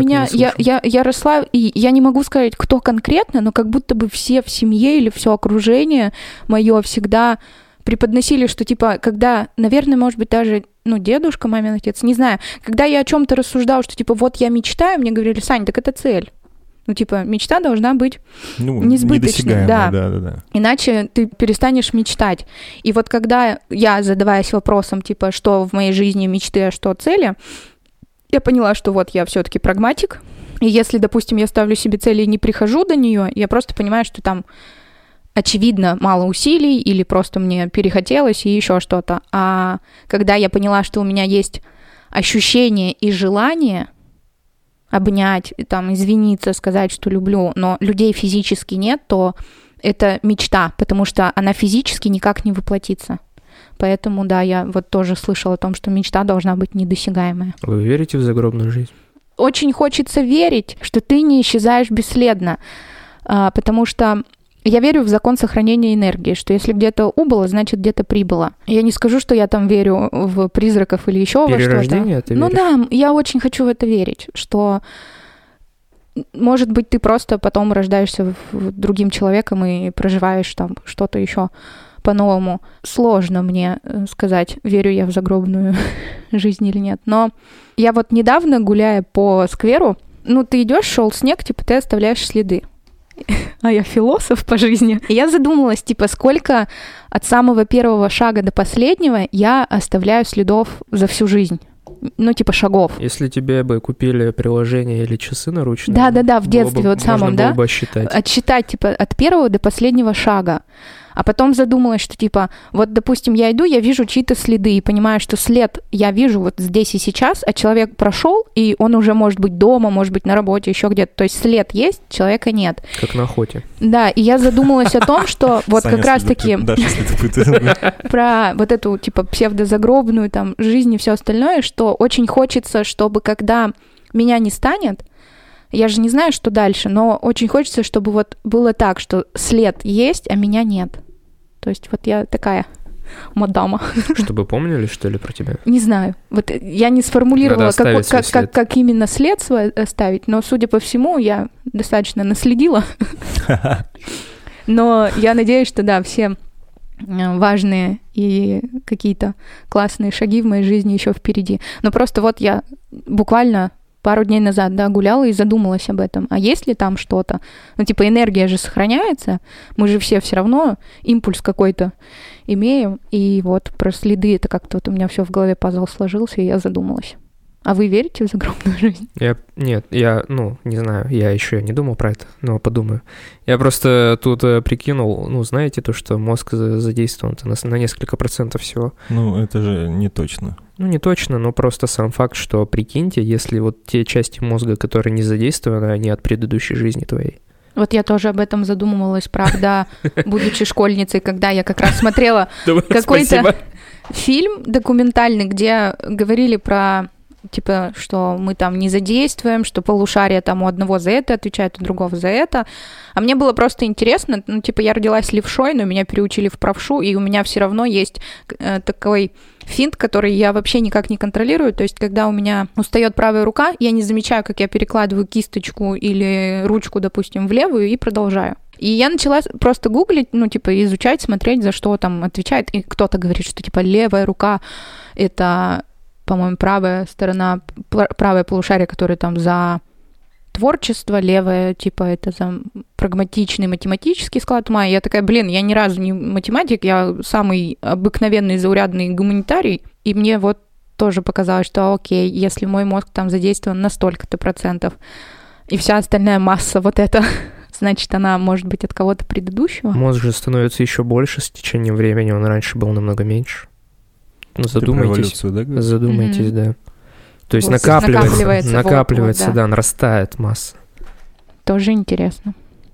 [SPEAKER 3] я росла, и я не могу сказать, кто конкретно, но как будто бы все в семье или все окружение мое всегда преподносили, что типа, когда, наверное, может быть, даже, дедушка, мамин отец, не знаю, когда я о чем-то рассуждала, что типа, вот я мечтаю, мне говорили, Сань, так это цель. Мечта должна быть несбыточной.
[SPEAKER 2] Да.
[SPEAKER 3] Иначе ты перестанешь мечтать. И вот когда я, задаваясь вопросом, типа, что в моей жизни мечты, а что цели, я поняла, что вот я все-таки прагматик. И если, допустим, я ставлю себе цель и не прихожу до нее, я просто понимаю, что там очевидно мало усилий или просто мне перехотелось и еще что-то. А когда я поняла, что у меня есть ощущение и желание обнять, там, извиниться, сказать, что люблю, но людей физически нет, то это мечта, потому что она физически никак не воплотится. Поэтому, да, я вот тоже слышала о том, что мечта должна быть недосягаемая.
[SPEAKER 1] Вы верите в загробную жизнь?
[SPEAKER 3] Очень хочется верить, что ты не исчезаешь бесследно, потому что я верю в закон сохранения энергии, что если где-то убыло, значит где-то прибыло. Я не скажу, что я там верю в призраков или еще во что-то.
[SPEAKER 1] Перерождение ты веришь?
[SPEAKER 3] Да, я очень хочу в это верить, что, может быть, ты просто потом рождаешься другим человеком и проживаешь там что-то еще по-новому. Сложно мне сказать, верю я в загробную жизнь или нет. Но я вот недавно, гуляя по скверу, ты идешь, шел снег, типа ты оставляешь следы. А я философ по жизни. И я задумалась, типа, сколько от самого первого шага до последнего я оставляю следов за всю жизнь. Шагов.
[SPEAKER 1] Если тебе бы купили приложение или часы наручные.
[SPEAKER 3] Да, в детстве вот самом, да?
[SPEAKER 1] Можно было бы отсчитать.
[SPEAKER 3] Отсчитать, типа, от первого до последнего шага. А потом задумалась, что, типа, вот, допустим, я иду, я вижу чьи-то следы, и понимаю, что след я вижу вот здесь и сейчас, а человек прошел, и он уже может быть дома, может быть на работе, еще где-то. То есть след есть, человека нет.
[SPEAKER 1] Как на охоте.
[SPEAKER 3] Да, и я задумалась о том, что вот как раз-таки про вот эту, типа, псевдозагробную там жизнь и все остальное, что очень хочется, чтобы когда меня не станет, я же не знаю, что дальше, но очень хочется, чтобы вот было так, что след есть, а меня нет. То есть вот я такая мадама.
[SPEAKER 1] Чтобы помнили, что ли, про тебя?
[SPEAKER 3] Не знаю. Вот я не сформулировала, как именно след свой оставить, но, судя по всему, я достаточно наследила. Но я надеюсь, что, да, все важные и какие-то классные шаги в моей жизни еще впереди. Но просто вот я буквально пару дней назад, да, гуляла и задумалась об этом. А есть ли там что-то? Энергия же сохраняется. Мы же все равно импульс какой-то имеем. И вот про следы это как-то вот у меня все в голове пазл сложился, и я задумалась. А вы верите в загробную жизнь?
[SPEAKER 1] Нет, не знаю, я еще не думал про это, но подумаю. Я просто тут прикинул, знаете, то, что мозг задействован на несколько процентов всего.
[SPEAKER 2] Это же не точно.
[SPEAKER 1] Не точно, но просто сам факт, что, прикиньте, если вот те части мозга, которые не задействованы, они от предыдущей жизни твоей.
[SPEAKER 3] Вот я тоже об этом задумывалась, правда, будучи школьницей, когда я как раз смотрела какой-то фильм документальный, где говорили про... типа, что мы там не задействуем, что полушария там у одного за это отвечает, у другого за это. А мне было просто интересно, я родилась левшой, но меня переучили в правшу, и у меня все равно есть такой финт, который я вообще никак не контролирую. То есть, когда у меня устает правая рука, я не замечаю, как я перекладываю кисточку или ручку, допустим, в левую и продолжаю. И я начала просто гуглить, изучать, смотреть, за что там отвечает. И кто-то говорит, что, левая рука — это... по-моему, правая сторона, правое полушарие, которое там за творчество, левое, это за прагматичный математический склад ума. И я такая, я ни разу не математик, я самый обыкновенный заурядный гуманитарий, и мне вот тоже показалось, что окей, если мой мозг там задействован на столько-то процентов, и вся остальная масса вот эта, значит, она может быть от кого-то предыдущего.
[SPEAKER 1] Мозг же становится еще больше с течением времени, он раньше был намного меньше. Задумайтесь, да. То есть накапливается, да, нарастает масса.
[SPEAKER 3] Тоже интересно.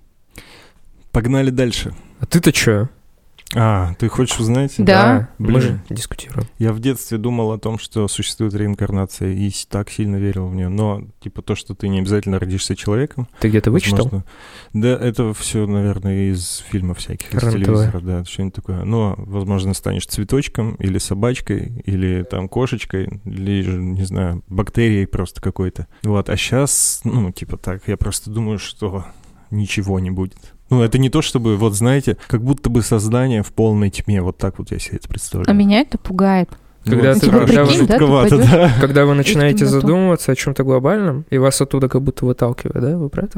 [SPEAKER 2] Погнали дальше.
[SPEAKER 1] А ты-то чё?
[SPEAKER 2] Ты хочешь узнать?
[SPEAKER 3] Да.
[SPEAKER 1] Мы же дискутируем.
[SPEAKER 2] Я в детстве думал о том, что существует реинкарнация, и так сильно верил в нее. Но, то, что ты не обязательно родишься человеком.
[SPEAKER 1] Ты где-то вычитал?
[SPEAKER 2] Да, это все, наверное, из фильмов всяких, из телевизора, да, что-нибудь такое. Но, возможно, станешь цветочком, или собачкой, или там кошечкой, или, не знаю, бактерией просто какой-то. Вот, а сейчас, так, я просто думаю, что ничего не будет. Это не то, чтобы, знаете, как будто бы создание в полной тьме. Вот так вот я себе это представляю.
[SPEAKER 3] А меня это пугает.
[SPEAKER 1] Когда вы начинаете задумываться о чем-то глобальном, и вас оттуда как будто выталкивает, да? Вы про это?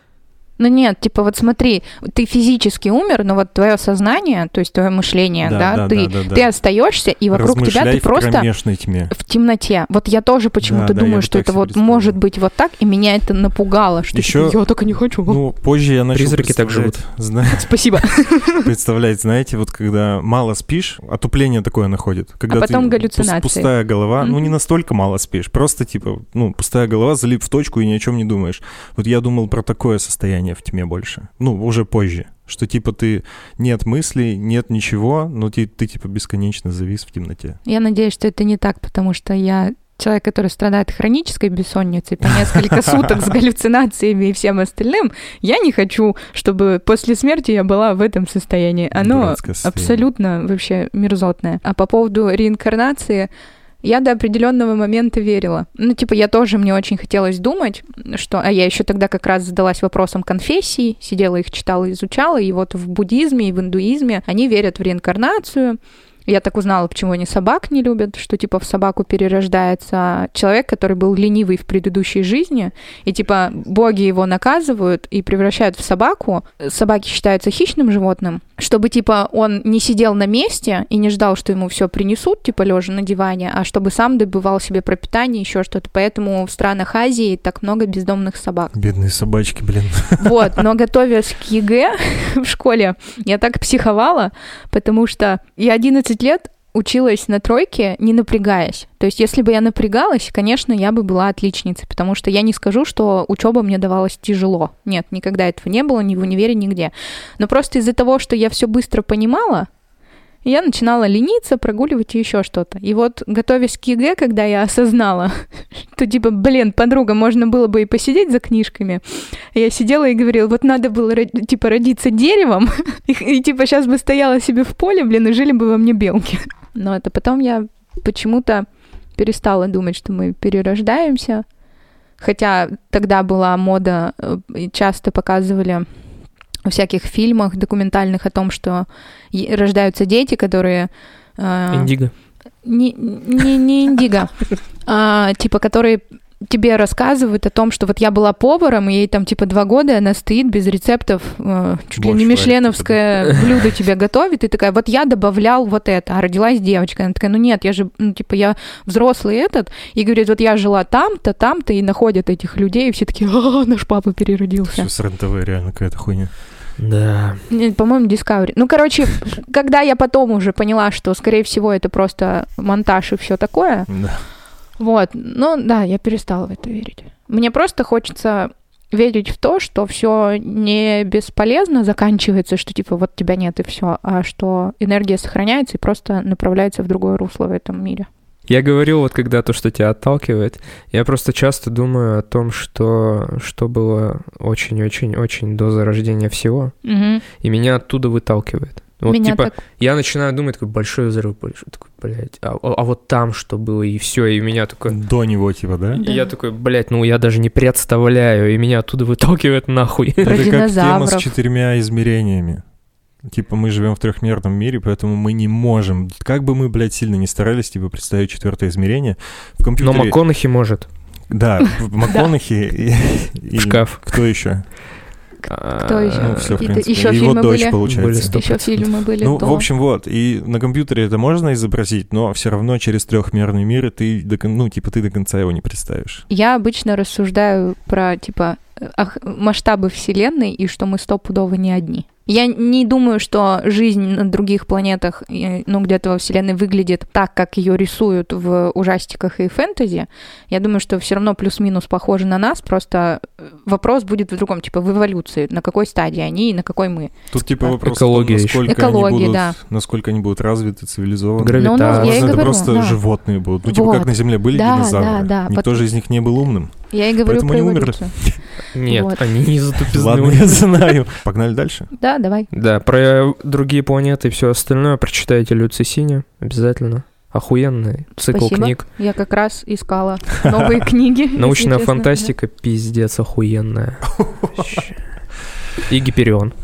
[SPEAKER 3] Нет, смотри, ты физически умер, но вот твое сознание, то есть твое мышление, ты остаешься, и вокруг тебя ты просто в темноте. Вот я тоже почему-то думаю, что это может быть вот так, и меня это напугало, что я так и не хочу.
[SPEAKER 2] Позже я начал
[SPEAKER 1] Призраки так живут.
[SPEAKER 3] Спасибо.
[SPEAKER 2] Представлять, знаете, когда мало спишь, отупление такое находит. Когда
[SPEAKER 3] потом галлюцинации.
[SPEAKER 2] Пустая голова, не настолько мало спишь, просто пустая голова, залип в точку и ни о чем не думаешь. Вот я думал про такое состояние в тьме больше. Уже позже. Что ты нет мыслей, нет ничего, но ты бесконечно завис в темноте.
[SPEAKER 3] Я надеюсь, что это не так, потому что я человек, который страдает хронической бессонницей по несколько суток с галлюцинациями и всем остальным. Я не хочу, чтобы после смерти я была в этом состоянии. Оно абсолютно вообще мерзотное. А по поводу реинкарнации, я до определенного момента верила. Мне очень хотелось думать, что... А я еще тогда как раз задалась вопросом конфессий, сидела их читала, изучала, и вот в буддизме и в индуизме они верят в реинкарнацию. Я так узнала, почему они собак не любят, что, в собаку перерождается человек, который был ленивый в предыдущей жизни, и, боги его наказывают и превращают в собаку. Собаки считаются хищным животным, чтобы, он не сидел на месте и не ждал, что ему все принесут, лежа на диване, а чтобы сам добывал себе пропитание, еще что-то. Поэтому в странах Азии так много бездомных собак.
[SPEAKER 2] Бедные собачки, блин.
[SPEAKER 3] Вот, но готовясь к ЕГЭ в школе, я так психовала, потому что я 11 лет училась на тройке, не напрягаясь. То есть, если бы я напрягалась, конечно, я бы была отличницей, потому что я не скажу, что учеба мне давалась тяжело. Нет, никогда этого не было, ни в универе, нигде. Но просто из-за того, что я все быстро понимала, я начинала лениться, прогуливать и еще что-то. И вот, готовясь к ЕГЭ, когда я осознала, что, подруга, можно было бы и посидеть за книжками, я сидела и говорила, вот надо было, родиться деревом, и сейчас бы стояла себе в поле, и жили бы во мне белки. Но это потом я почему-то перестала думать, что мы перерождаемся, хотя тогда была мода, часто показывали во всяких фильмах документальных о том, что рождаются дети, которые...
[SPEAKER 1] Индиго.
[SPEAKER 3] Не индиго. Которые тебе рассказывают о том, что вот я была поваром, и ей там типа 2 года, она стоит без рецептов, чуть ли не мишленовское блюдо тебе готовит, и такая, вот я добавлял вот это, а родилась девочка. Она такая, ну нет, я же, ну типа я взрослый этот, и говорит, вот я жила там-то, там-то, и находят этих людей, и все такие, наш папа переродился.
[SPEAKER 2] Все с РЕН-ТВ реально какая-то хуйня.
[SPEAKER 1] Да.
[SPEAKER 3] Нет, по-моему, Discovery. Ну, короче, когда я потом уже поняла, что, скорее всего, это просто монтаж и все такое,
[SPEAKER 2] Да.
[SPEAKER 3] вот, ну да, я перестала в это верить. Мне просто хочется верить в то, что все не бесполезно заканчивается, что типа вот тебя нет и все, а что энергия сохраняется и просто направляется в другое русло в этом мире.
[SPEAKER 1] Я говорил вот когда то, что тебя отталкивает, я просто часто думаю о том, что было очень-очень-очень до зарождения всего, и меня оттуда выталкивает. Вот
[SPEAKER 3] Меня
[SPEAKER 1] типа,
[SPEAKER 3] так-
[SPEAKER 1] я начинаю думать, такой большой взрыв, такой, блядь, а вот там что было, и все, и меня такой...
[SPEAKER 2] До него, типа, да?
[SPEAKER 1] И я такой, блядь, ну я даже не представляю, и меня оттуда выталкивает нахуй.
[SPEAKER 3] Про
[SPEAKER 2] Это как тема
[SPEAKER 3] динозавров.
[SPEAKER 2] с 4 измерениями. Типа, мы живем в трехмерном мире, поэтому мы не можем, как бы мы, блядь, сильно не старались, типа, представить 4 измерение, в компьютере...
[SPEAKER 1] Но МакКонахи может.
[SPEAKER 2] Да, в МакКонахи и...
[SPEAKER 1] Шкаф.
[SPEAKER 2] Кто еще?
[SPEAKER 3] Кто еще?
[SPEAKER 2] Ну, все, в
[SPEAKER 3] И-
[SPEAKER 2] принципе.
[SPEAKER 3] еще
[SPEAKER 2] Его
[SPEAKER 3] фильмы
[SPEAKER 2] дочь,
[SPEAKER 3] были?
[SPEAKER 2] получается.
[SPEAKER 1] Были.
[SPEAKER 3] Еще фильмы были
[SPEAKER 2] Ну,
[SPEAKER 3] до.
[SPEAKER 2] в общем, вот. И на компьютере это можно изобразить, но все равно через трехмерный мир ты до конца его не представишь.
[SPEAKER 3] Я обычно рассуждаю про, типа, масштабы Вселенной и что мы стопудово не одни. Я не думаю, что жизнь на других планетах, ну, где-то во Вселенной выглядит так, как ее рисуют в ужастиках и фэнтези. Я думаю, что все равно плюс-минус похожи на нас, просто вопрос будет в другом, типа, в эволюции, на какой стадии они и на какой мы.
[SPEAKER 2] Тут типа вопрос,
[SPEAKER 1] Экология еще.
[SPEAKER 2] насколько они будут развиты, цивилизованы.
[SPEAKER 1] Гравитация.
[SPEAKER 3] Ну, я и
[SPEAKER 2] Возможно, это
[SPEAKER 3] говорю,
[SPEAKER 2] просто
[SPEAKER 3] да.
[SPEAKER 2] животные будут. Ну, типа,
[SPEAKER 3] Вот.
[SPEAKER 2] как на Земле были
[SPEAKER 3] Да,
[SPEAKER 2] динозавры.
[SPEAKER 3] да.
[SPEAKER 2] Никто
[SPEAKER 3] Потом-
[SPEAKER 2] же из них не был умным.
[SPEAKER 3] Я и говорю
[SPEAKER 2] Поэтому
[SPEAKER 3] про
[SPEAKER 2] они умерли.
[SPEAKER 3] эволюцию.
[SPEAKER 1] Нет,
[SPEAKER 3] Вот.
[SPEAKER 1] они не затупизны.
[SPEAKER 2] Ладно, я знаю. Погнали дальше.
[SPEAKER 3] Да, давай.
[SPEAKER 1] Да, про другие планеты и все остальное прочитайте Люци Синя обязательно. Охуенный цикл
[SPEAKER 3] Спасибо.
[SPEAKER 1] книг.
[SPEAKER 3] Я как раз искала новые книги. если
[SPEAKER 1] Научная
[SPEAKER 3] честно.
[SPEAKER 1] фантастика, пиздец, охуенная. Вообще. И Гиперион.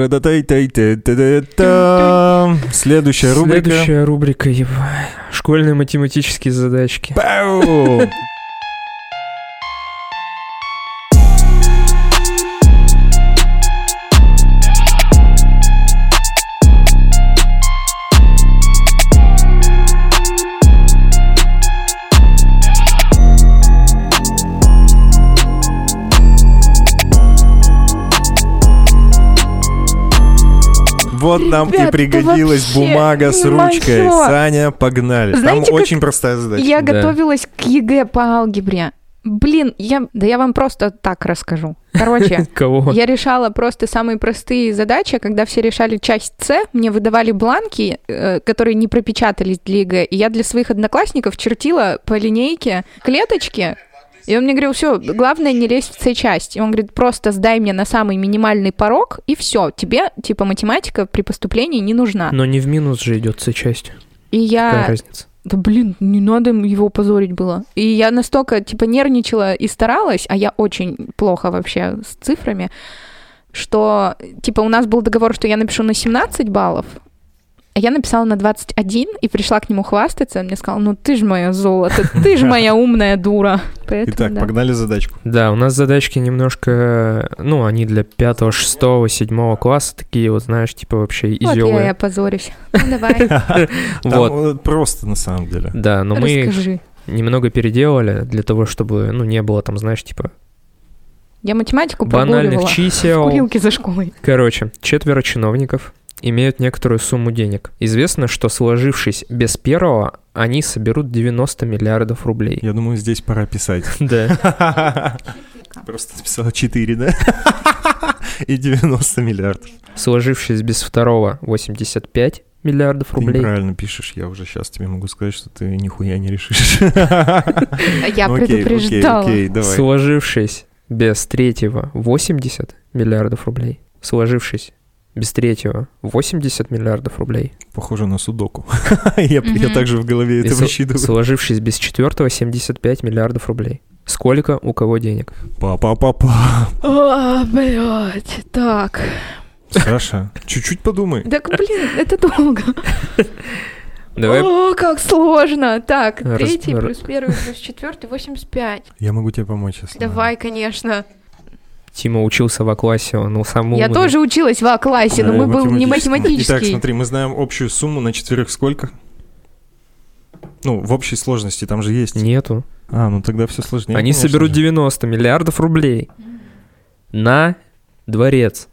[SPEAKER 2] Та-да-дай-тай-та-та-та-та. Следующая рубрика.
[SPEAKER 1] Следующая рубрика, ебать. Школьные математические задачки.
[SPEAKER 2] Пау! Вот нам и
[SPEAKER 3] Ребят,
[SPEAKER 2] пригодилась
[SPEAKER 3] это вообще
[SPEAKER 2] бумага с
[SPEAKER 3] не
[SPEAKER 2] ручкой.
[SPEAKER 3] моё.
[SPEAKER 2] Саня, погнали.
[SPEAKER 3] Знаете,
[SPEAKER 2] Там
[SPEAKER 3] как
[SPEAKER 2] очень простая задача.
[SPEAKER 3] Я
[SPEAKER 1] Да.
[SPEAKER 3] готовилась к ЕГЭ по алгебре. Блин, я вам просто так расскажу. Короче,
[SPEAKER 1] Кого?
[SPEAKER 3] я решала просто самые простые задачи. Когда все решали часть С, мне выдавали бланки, которые не пропечатались для ЕГЭ. И я для своих одноклассников чертила по линейке клеточки. И он мне говорил, все, главное не лезть в С-часть. И он говорит, просто сдай мне на самый минимальный порог, и все, тебе, типа, математика при поступлении не нужна.
[SPEAKER 1] Но не в минус же идет С-часть.
[SPEAKER 3] И
[SPEAKER 1] Какая
[SPEAKER 3] я...
[SPEAKER 1] разница?
[SPEAKER 3] Да блин, не надо его позорить было. И я настолько, типа, нервничала и старалась, а я очень плохо вообще с цифрами, что, типа, у нас был договор, что я напишу на 17 баллов, а я написала на 21 и пришла к нему хвастаться. Он мне сказал, ну ты ж моя золото, ты ж моя умная дура. Поэтому,
[SPEAKER 2] Итак,
[SPEAKER 3] да.
[SPEAKER 2] погнали задачку.
[SPEAKER 1] Да, у нас задачки немножко, ну, они для 5, 6, 7 класса, такие вот, знаешь, типа вообще
[SPEAKER 3] Вот я и
[SPEAKER 1] изёвые.
[SPEAKER 3] опозорюсь. Ну давай,
[SPEAKER 2] Там
[SPEAKER 1] Вот,
[SPEAKER 2] просто на самом деле.
[SPEAKER 1] да, но мы их
[SPEAKER 3] расскажи.
[SPEAKER 1] немного переделали для того, чтобы, ну, не было там, знаешь, типа
[SPEAKER 3] Я математику
[SPEAKER 1] банальных
[SPEAKER 3] прогуливала в
[SPEAKER 1] чисел.
[SPEAKER 3] курилке за школой.
[SPEAKER 1] Короче, 4 чиновников имеют некоторую сумму денег. Известно, что сложившись без первого, они соберут 90 миллиардов рублей.
[SPEAKER 2] Я думаю, здесь пора писать.
[SPEAKER 1] Да.
[SPEAKER 2] Просто написала 4, да? И 90 миллиардов.
[SPEAKER 1] Сложившись без второго, 85 миллиардов
[SPEAKER 2] Ты
[SPEAKER 1] рублей.
[SPEAKER 2] неправильно пишешь. Я уже сейчас тебе могу сказать, что ты нихуя не решишь.
[SPEAKER 3] Я
[SPEAKER 2] Ну, окей,
[SPEAKER 3] предупреждала.
[SPEAKER 2] Окей, давай.
[SPEAKER 1] Сложившись без третьего, 80 миллиардов рублей. Сложившись без третьего, 80 миллиардов рублей.
[SPEAKER 2] Похоже на судоку. Я
[SPEAKER 3] Мгм.
[SPEAKER 2] также в голове
[SPEAKER 1] И
[SPEAKER 2] это высчитываю.
[SPEAKER 1] сложившись без четвертого, 75 миллиардов рублей. Сколько у кого денег?
[SPEAKER 2] Па-па-па-па.
[SPEAKER 3] О, блядь, так.
[SPEAKER 2] Саша, чуть-чуть подумай.
[SPEAKER 3] Так, блин, это долго.
[SPEAKER 1] Давай.
[SPEAKER 3] О, как сложно. Так,
[SPEAKER 1] Раз-
[SPEAKER 3] 3 плюс 1 плюс 4, 85.
[SPEAKER 2] Я могу тебе помочь, если
[SPEAKER 3] Давай, конечно.
[SPEAKER 1] Тима учился в А-классе, он самый
[SPEAKER 3] Я
[SPEAKER 1] умный.
[SPEAKER 3] тоже училась в А-классе, но мы был не математический.
[SPEAKER 2] Итак, смотри, мы знаем общую сумму на четверых сколько? Ну, в общей сложности там же есть.
[SPEAKER 1] Нету.
[SPEAKER 2] Ну тогда все сложнее.
[SPEAKER 1] Они
[SPEAKER 2] конечно
[SPEAKER 1] соберут
[SPEAKER 2] же.
[SPEAKER 1] 90 миллиардов рублей на дворец.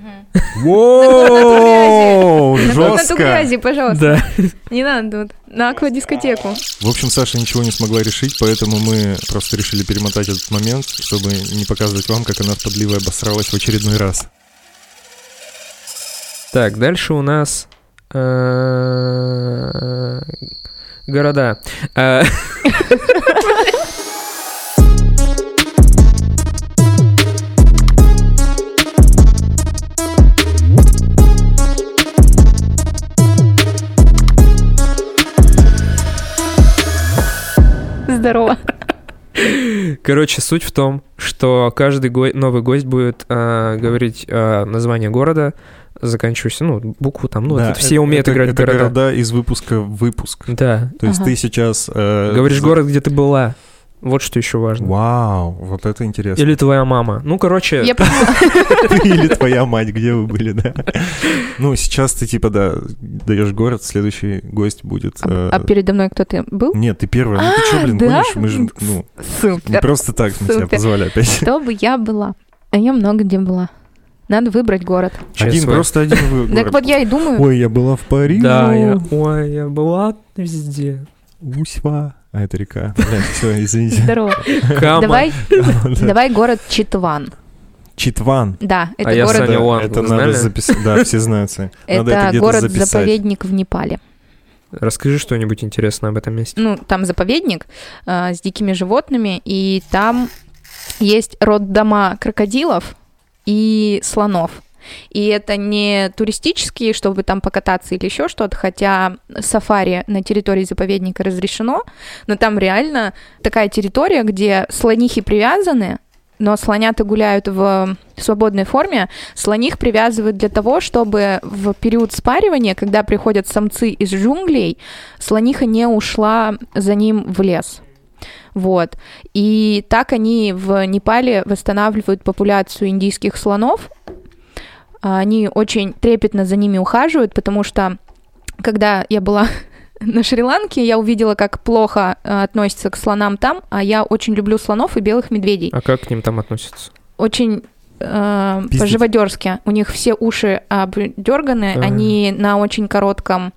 [SPEAKER 2] Воу,
[SPEAKER 3] На
[SPEAKER 2] жестко.
[SPEAKER 3] грязи, пожалуйста.
[SPEAKER 1] Да.
[SPEAKER 3] Не надо тут. На аквадискотеку.
[SPEAKER 2] В общем, Саша ничего не смогла решить, поэтому мы просто решили перемотать этот момент, чтобы не показывать вам, как она подливой обосралась в очередной раз.
[SPEAKER 1] Так, дальше у нас города.
[SPEAKER 3] Здорово.
[SPEAKER 1] Короче, суть в том, что каждый новый гость будет говорить название города, заканчивающийся, букву там,
[SPEAKER 2] Да,
[SPEAKER 1] это все умеют играть в
[SPEAKER 2] это
[SPEAKER 1] города.
[SPEAKER 2] города из выпуска в выпуск.
[SPEAKER 1] Да.
[SPEAKER 2] То есть ты сейчас...
[SPEAKER 1] Говоришь город, где ты была. Вот что еще важно.
[SPEAKER 2] Вау, вот это интересно.
[SPEAKER 1] Или твоя мама. Короче...
[SPEAKER 3] Я поняла.
[SPEAKER 2] Или твоя мать, где вы были, да? Сейчас ты даешь город, следующий гость будет...
[SPEAKER 3] А передо мной кто-то был?
[SPEAKER 2] Нет, ты первая. Ты что, блин,
[SPEAKER 3] да?
[SPEAKER 2] гонишь? Мы же, не
[SPEAKER 3] Супер.
[SPEAKER 2] просто так мы тебя
[SPEAKER 3] Супер.
[SPEAKER 2] позвали опять.
[SPEAKER 3] Чтобы я была. А я много где была. Надо выбрать город.
[SPEAKER 2] Просто один город.
[SPEAKER 3] Так вот я и думаю.
[SPEAKER 2] Ой, я была в Париже.
[SPEAKER 1] Да, я была везде.
[SPEAKER 2] Усьва. А это река. Блядь, все, извините.
[SPEAKER 3] Здорово.
[SPEAKER 1] Кама.
[SPEAKER 3] Давай город Читван.
[SPEAKER 2] Читван.
[SPEAKER 3] Да, это
[SPEAKER 1] я
[SPEAKER 3] город...
[SPEAKER 1] Саня Уан,
[SPEAKER 2] Это
[SPEAKER 1] вы
[SPEAKER 2] надо
[SPEAKER 1] знали?
[SPEAKER 2] записать. Да, все знают. Надо это
[SPEAKER 3] Это
[SPEAKER 2] где-то записать.
[SPEAKER 3] город-заповедник в Непале.
[SPEAKER 1] Расскажи что-нибудь интересное об этом месте.
[SPEAKER 3] Там заповедник с дикими животными, и там есть роддома крокодилов и слонов. И это не туристические, чтобы там покататься или еще что-то, хотя сафари на территории заповедника разрешено, но там реально такая территория, где слонихи привязаны, но слонята гуляют в свободной форме. Слоних привязывают для того, чтобы в период спаривания, когда приходят самцы из джунглей, слониха не ушла за ним в лес. Вот. И так они в Непале восстанавливают популяцию индийских слонов. Они очень трепетно за ними ухаживают, потому что, когда я была на Шри-Ланке, я увидела, как плохо относятся к слонам там, а я очень люблю слонов и белых медведей.
[SPEAKER 1] А как к ним там относятся?
[SPEAKER 3] Очень по-живодерски. У них все уши обдерганы, они на очень коротком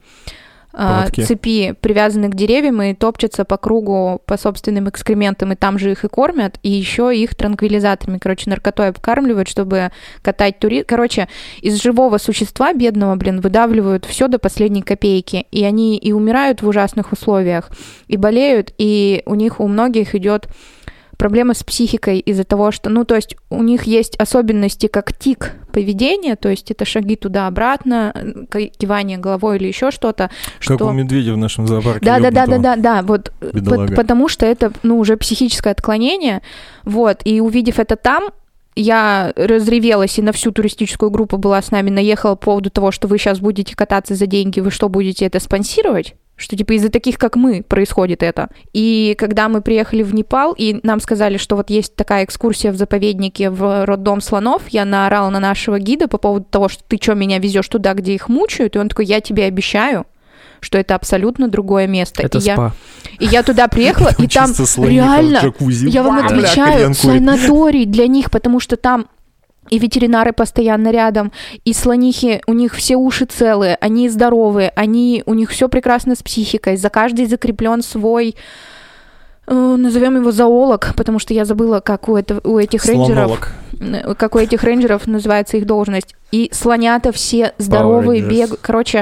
[SPEAKER 3] цепи привязаны к деревьям и топчутся по кругу по собственным экскрементам, и там же их и кормят, и еще их транквилизаторами, наркотой обкармливают, чтобы катать туристов. Из живого существа бедного, выдавливают все до последней копейки, и они и умирают в ужасных условиях, и болеют, и у многих идет проблемы с психикой из-за того, что, то есть у них есть особенности как тик поведения, то есть это шаги туда-обратно, кивание головой или еще что-то.
[SPEAKER 2] Как у медведя в нашем зоопарке.
[SPEAKER 3] Да, вот потому что это, уже психическое отклонение, вот, и увидев это там, я разревелась и на всю туристическую группу была с нами, наехала по поводу того, что вы сейчас будете кататься за деньги, вы что, будете это спонсировать? Что, из-за таких, как мы, происходит это. И когда мы приехали в Непал, и нам сказали, что вот есть такая экскурсия в заповеднике в роддом слонов, я наорала на нашего гида по поводу того, что ты что, меня везешь туда, где их мучают? И он такой, я тебе обещаю, что это абсолютно другое место.
[SPEAKER 1] Это спа.
[SPEAKER 3] И я туда приехала, и там реально, я вам отвечаю, санаторий для них, потому что там и ветеринары постоянно рядом, и слонихи, у них все уши целые, они здоровые, у них все прекрасно с психикой, за каждый закреплен свой, назовем его зоолог, потому что я забыла, как у этих рейнджеров, как у этих рейнджеров называется их должность, и слонята все здоровые, бегают,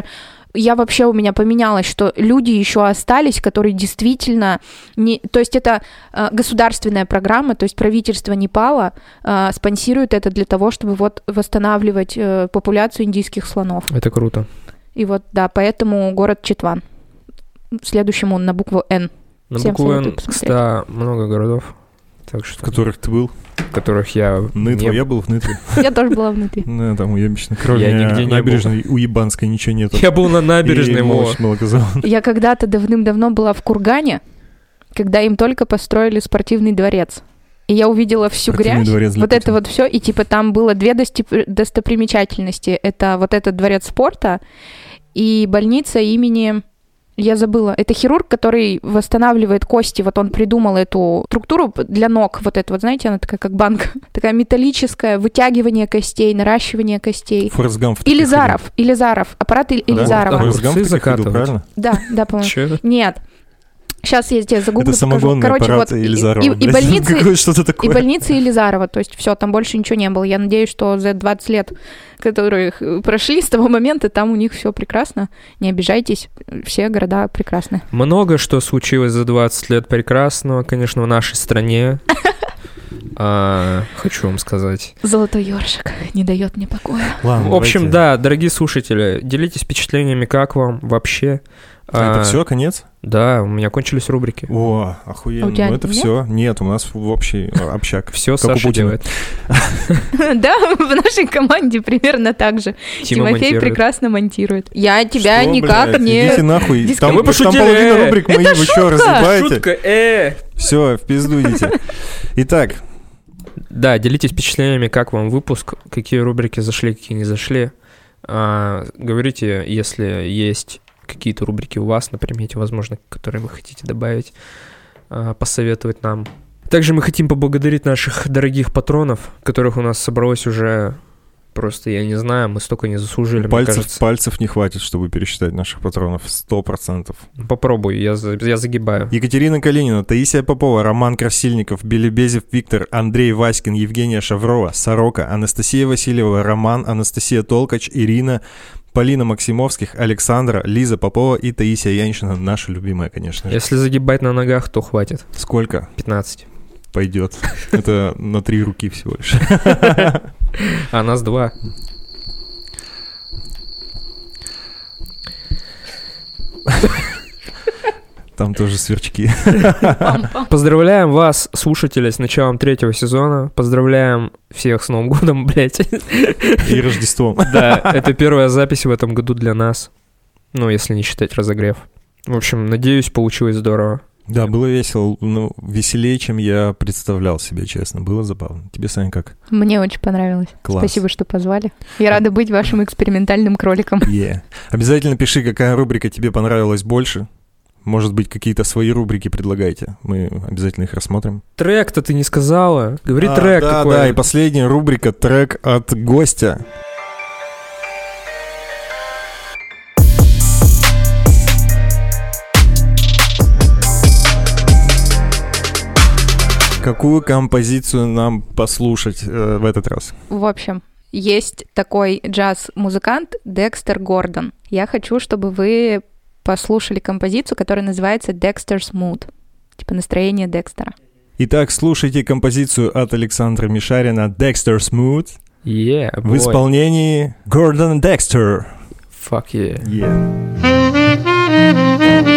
[SPEAKER 3] у меня поменялось, что люди еще остались, которые действительно то есть это государственная программа, то есть правительство Непала спонсирует это для того, чтобы восстанавливать популяцию индийских слонов.
[SPEAKER 1] Это круто.
[SPEAKER 3] И поэтому город Читван. Следующему на букву Н.
[SPEAKER 1] На букву Н, кстати, много городов. Так
[SPEAKER 2] В
[SPEAKER 1] что,
[SPEAKER 2] которых ты был?
[SPEAKER 1] в которых я
[SPEAKER 2] Нытва,
[SPEAKER 1] не...
[SPEAKER 2] я был в Нытве.
[SPEAKER 3] Я тоже была внутри.
[SPEAKER 2] Ну, там уебищно. Кроме
[SPEAKER 1] Я нигде не
[SPEAKER 2] набережной уебанской ничего нету.
[SPEAKER 1] Я был на набережной,
[SPEAKER 2] И
[SPEAKER 1] во.
[SPEAKER 2] молокозавод.
[SPEAKER 3] Я когда-то давным-давно была в Кургане, когда им только построили спортивный дворец. И я увидела всю
[SPEAKER 2] Спортивный
[SPEAKER 3] грязь,
[SPEAKER 2] дворец для
[SPEAKER 3] вот это
[SPEAKER 2] Путина.
[SPEAKER 3] вот все, и типа там было две достопримечательности. Это вот этот дворец спорта и больница имени... Я забыла. Это хирург, который восстанавливает кости. Вот он придумал эту структуру для ног. Вот это вот, знаете, она такая, как банка. Такая металлическая, вытягивание костей, наращивание костей.
[SPEAKER 2] Форрест Гамп.
[SPEAKER 3] Илизаров. Аппарат Илизарова.
[SPEAKER 1] Да.
[SPEAKER 2] Форрест Гамп
[SPEAKER 1] Огурцы
[SPEAKER 2] таких ходил,
[SPEAKER 1] закатывать.
[SPEAKER 2] правильно?
[SPEAKER 3] Да, по-моему.
[SPEAKER 1] Чё?
[SPEAKER 3] Нет. Сейчас я тебе загуглю,
[SPEAKER 2] Это самогонный
[SPEAKER 3] покажу. Короче,
[SPEAKER 2] аппарат
[SPEAKER 3] вот
[SPEAKER 2] Елизарова.
[SPEAKER 3] и
[SPEAKER 2] блядь.
[SPEAKER 3] больницы,
[SPEAKER 2] Какое что-то
[SPEAKER 3] и
[SPEAKER 2] такое.
[SPEAKER 3] больницы Елизарова. То есть все, там больше ничего не было. Я надеюсь, что за 20 лет, которые прошли с того момента, там у них все прекрасно. Не обижайтесь, все города прекрасны.
[SPEAKER 1] Много что случилось за 20 лет прекрасного, конечно, в нашей стране. Хочу вам сказать.
[SPEAKER 3] Золотой ёршик не дает мне покоя.
[SPEAKER 2] Ладно,
[SPEAKER 1] В общем,
[SPEAKER 2] давайте.
[SPEAKER 1] да, дорогие слушатели, делитесь впечатлениями, как вам вообще.
[SPEAKER 2] Это все, конец?
[SPEAKER 1] Да, у меня кончились рубрики.
[SPEAKER 2] О, охуенно.
[SPEAKER 3] А у тебя
[SPEAKER 2] Ну это
[SPEAKER 3] нет?
[SPEAKER 2] все. Нет, у нас общий общак.
[SPEAKER 1] Все
[SPEAKER 2] Как у
[SPEAKER 1] Саша
[SPEAKER 2] Путина.
[SPEAKER 1] делает.
[SPEAKER 3] Да, в нашей команде примерно так же.
[SPEAKER 1] Тима
[SPEAKER 3] Тимофей
[SPEAKER 1] монтирует.
[SPEAKER 3] прекрасно монтирует. Я тебя
[SPEAKER 2] Что,
[SPEAKER 3] никак
[SPEAKER 2] блядь,
[SPEAKER 3] не...
[SPEAKER 2] Идите нахуй.
[SPEAKER 3] дискриминирует.
[SPEAKER 2] Там,
[SPEAKER 1] Вы пошутили,
[SPEAKER 2] там половина рубрик мои, вы что, разъебаете?
[SPEAKER 1] Шутка,
[SPEAKER 2] Все, в пизду идите. Итак,
[SPEAKER 1] Да, делитесь впечатлениями, как вам выпуск, какие рубрики зашли, какие не зашли. Говорите, если есть какие-то рубрики у вас на примете, возможно, которые вы хотите добавить, посоветовать нам. Также мы хотим поблагодарить наших дорогих патронов, которых у нас собралось уже просто, я не знаю, мы столько не заслужили, мне кажется.
[SPEAKER 2] пальцев не хватит, чтобы пересчитать наших патронов. 100%.
[SPEAKER 1] Попробуй, я загибаю.
[SPEAKER 2] Екатерина Калинина, Таисия Попова, Роман Красильников, Белебезев Виктор, Андрей Васькин, Евгения Шаврова, Сорока, Анастасия Васильева, Роман, Анастасия Толкач, Ирина, Полина Максимовских, Александра, Лиза Попова и Таисия Яньшина, наша любимая, конечно же.
[SPEAKER 1] Если загибать на ногах, то хватит.
[SPEAKER 2] Сколько?
[SPEAKER 1] 15.
[SPEAKER 2] Пойдет. Это на 3 руки всего лишь.
[SPEAKER 1] А нас 2.
[SPEAKER 2] Там тоже сверчки.
[SPEAKER 1] Поздравляем вас, слушатели, с началом 3-го сезона. Поздравляем всех с Новым годом, блядь.
[SPEAKER 2] И Рождеством.
[SPEAKER 1] Да, это первая запись в этом году для нас. Ну, если не считать разогрев. В общем, надеюсь, получилось здорово.
[SPEAKER 2] Да, было весело, ну, веселее, чем я представлял себе, честно. Было забавно. Тебе, Саня, как?
[SPEAKER 3] Мне очень понравилось.
[SPEAKER 2] Класс.
[SPEAKER 3] Спасибо, что позвали. Я рада быть вашим экспериментальным кроликом.
[SPEAKER 2] Обязательно пиши, какая рубрика тебе понравилась больше. Может быть, какие-то свои рубрики предлагайте. Мы обязательно их рассмотрим.
[SPEAKER 1] Трек-то ты не сказала. Говори трек
[SPEAKER 2] да,
[SPEAKER 1] какой.
[SPEAKER 2] Да, и последняя рубрика — трек от гостя. Какую композицию нам послушать в этот раз?
[SPEAKER 3] В общем, есть такой джаз-музыкант Декстер Гордон. Я хочу, чтобы вы послушали композицию, которая называется Dexter's Mood. Типа настроение Декстера.
[SPEAKER 2] Итак, слушайте композицию от Александра Мишарина Dexter's Mood
[SPEAKER 1] Yeah,
[SPEAKER 2] в исполнении Гордон Декстер.
[SPEAKER 1] Fuck yeah.
[SPEAKER 2] Yeah.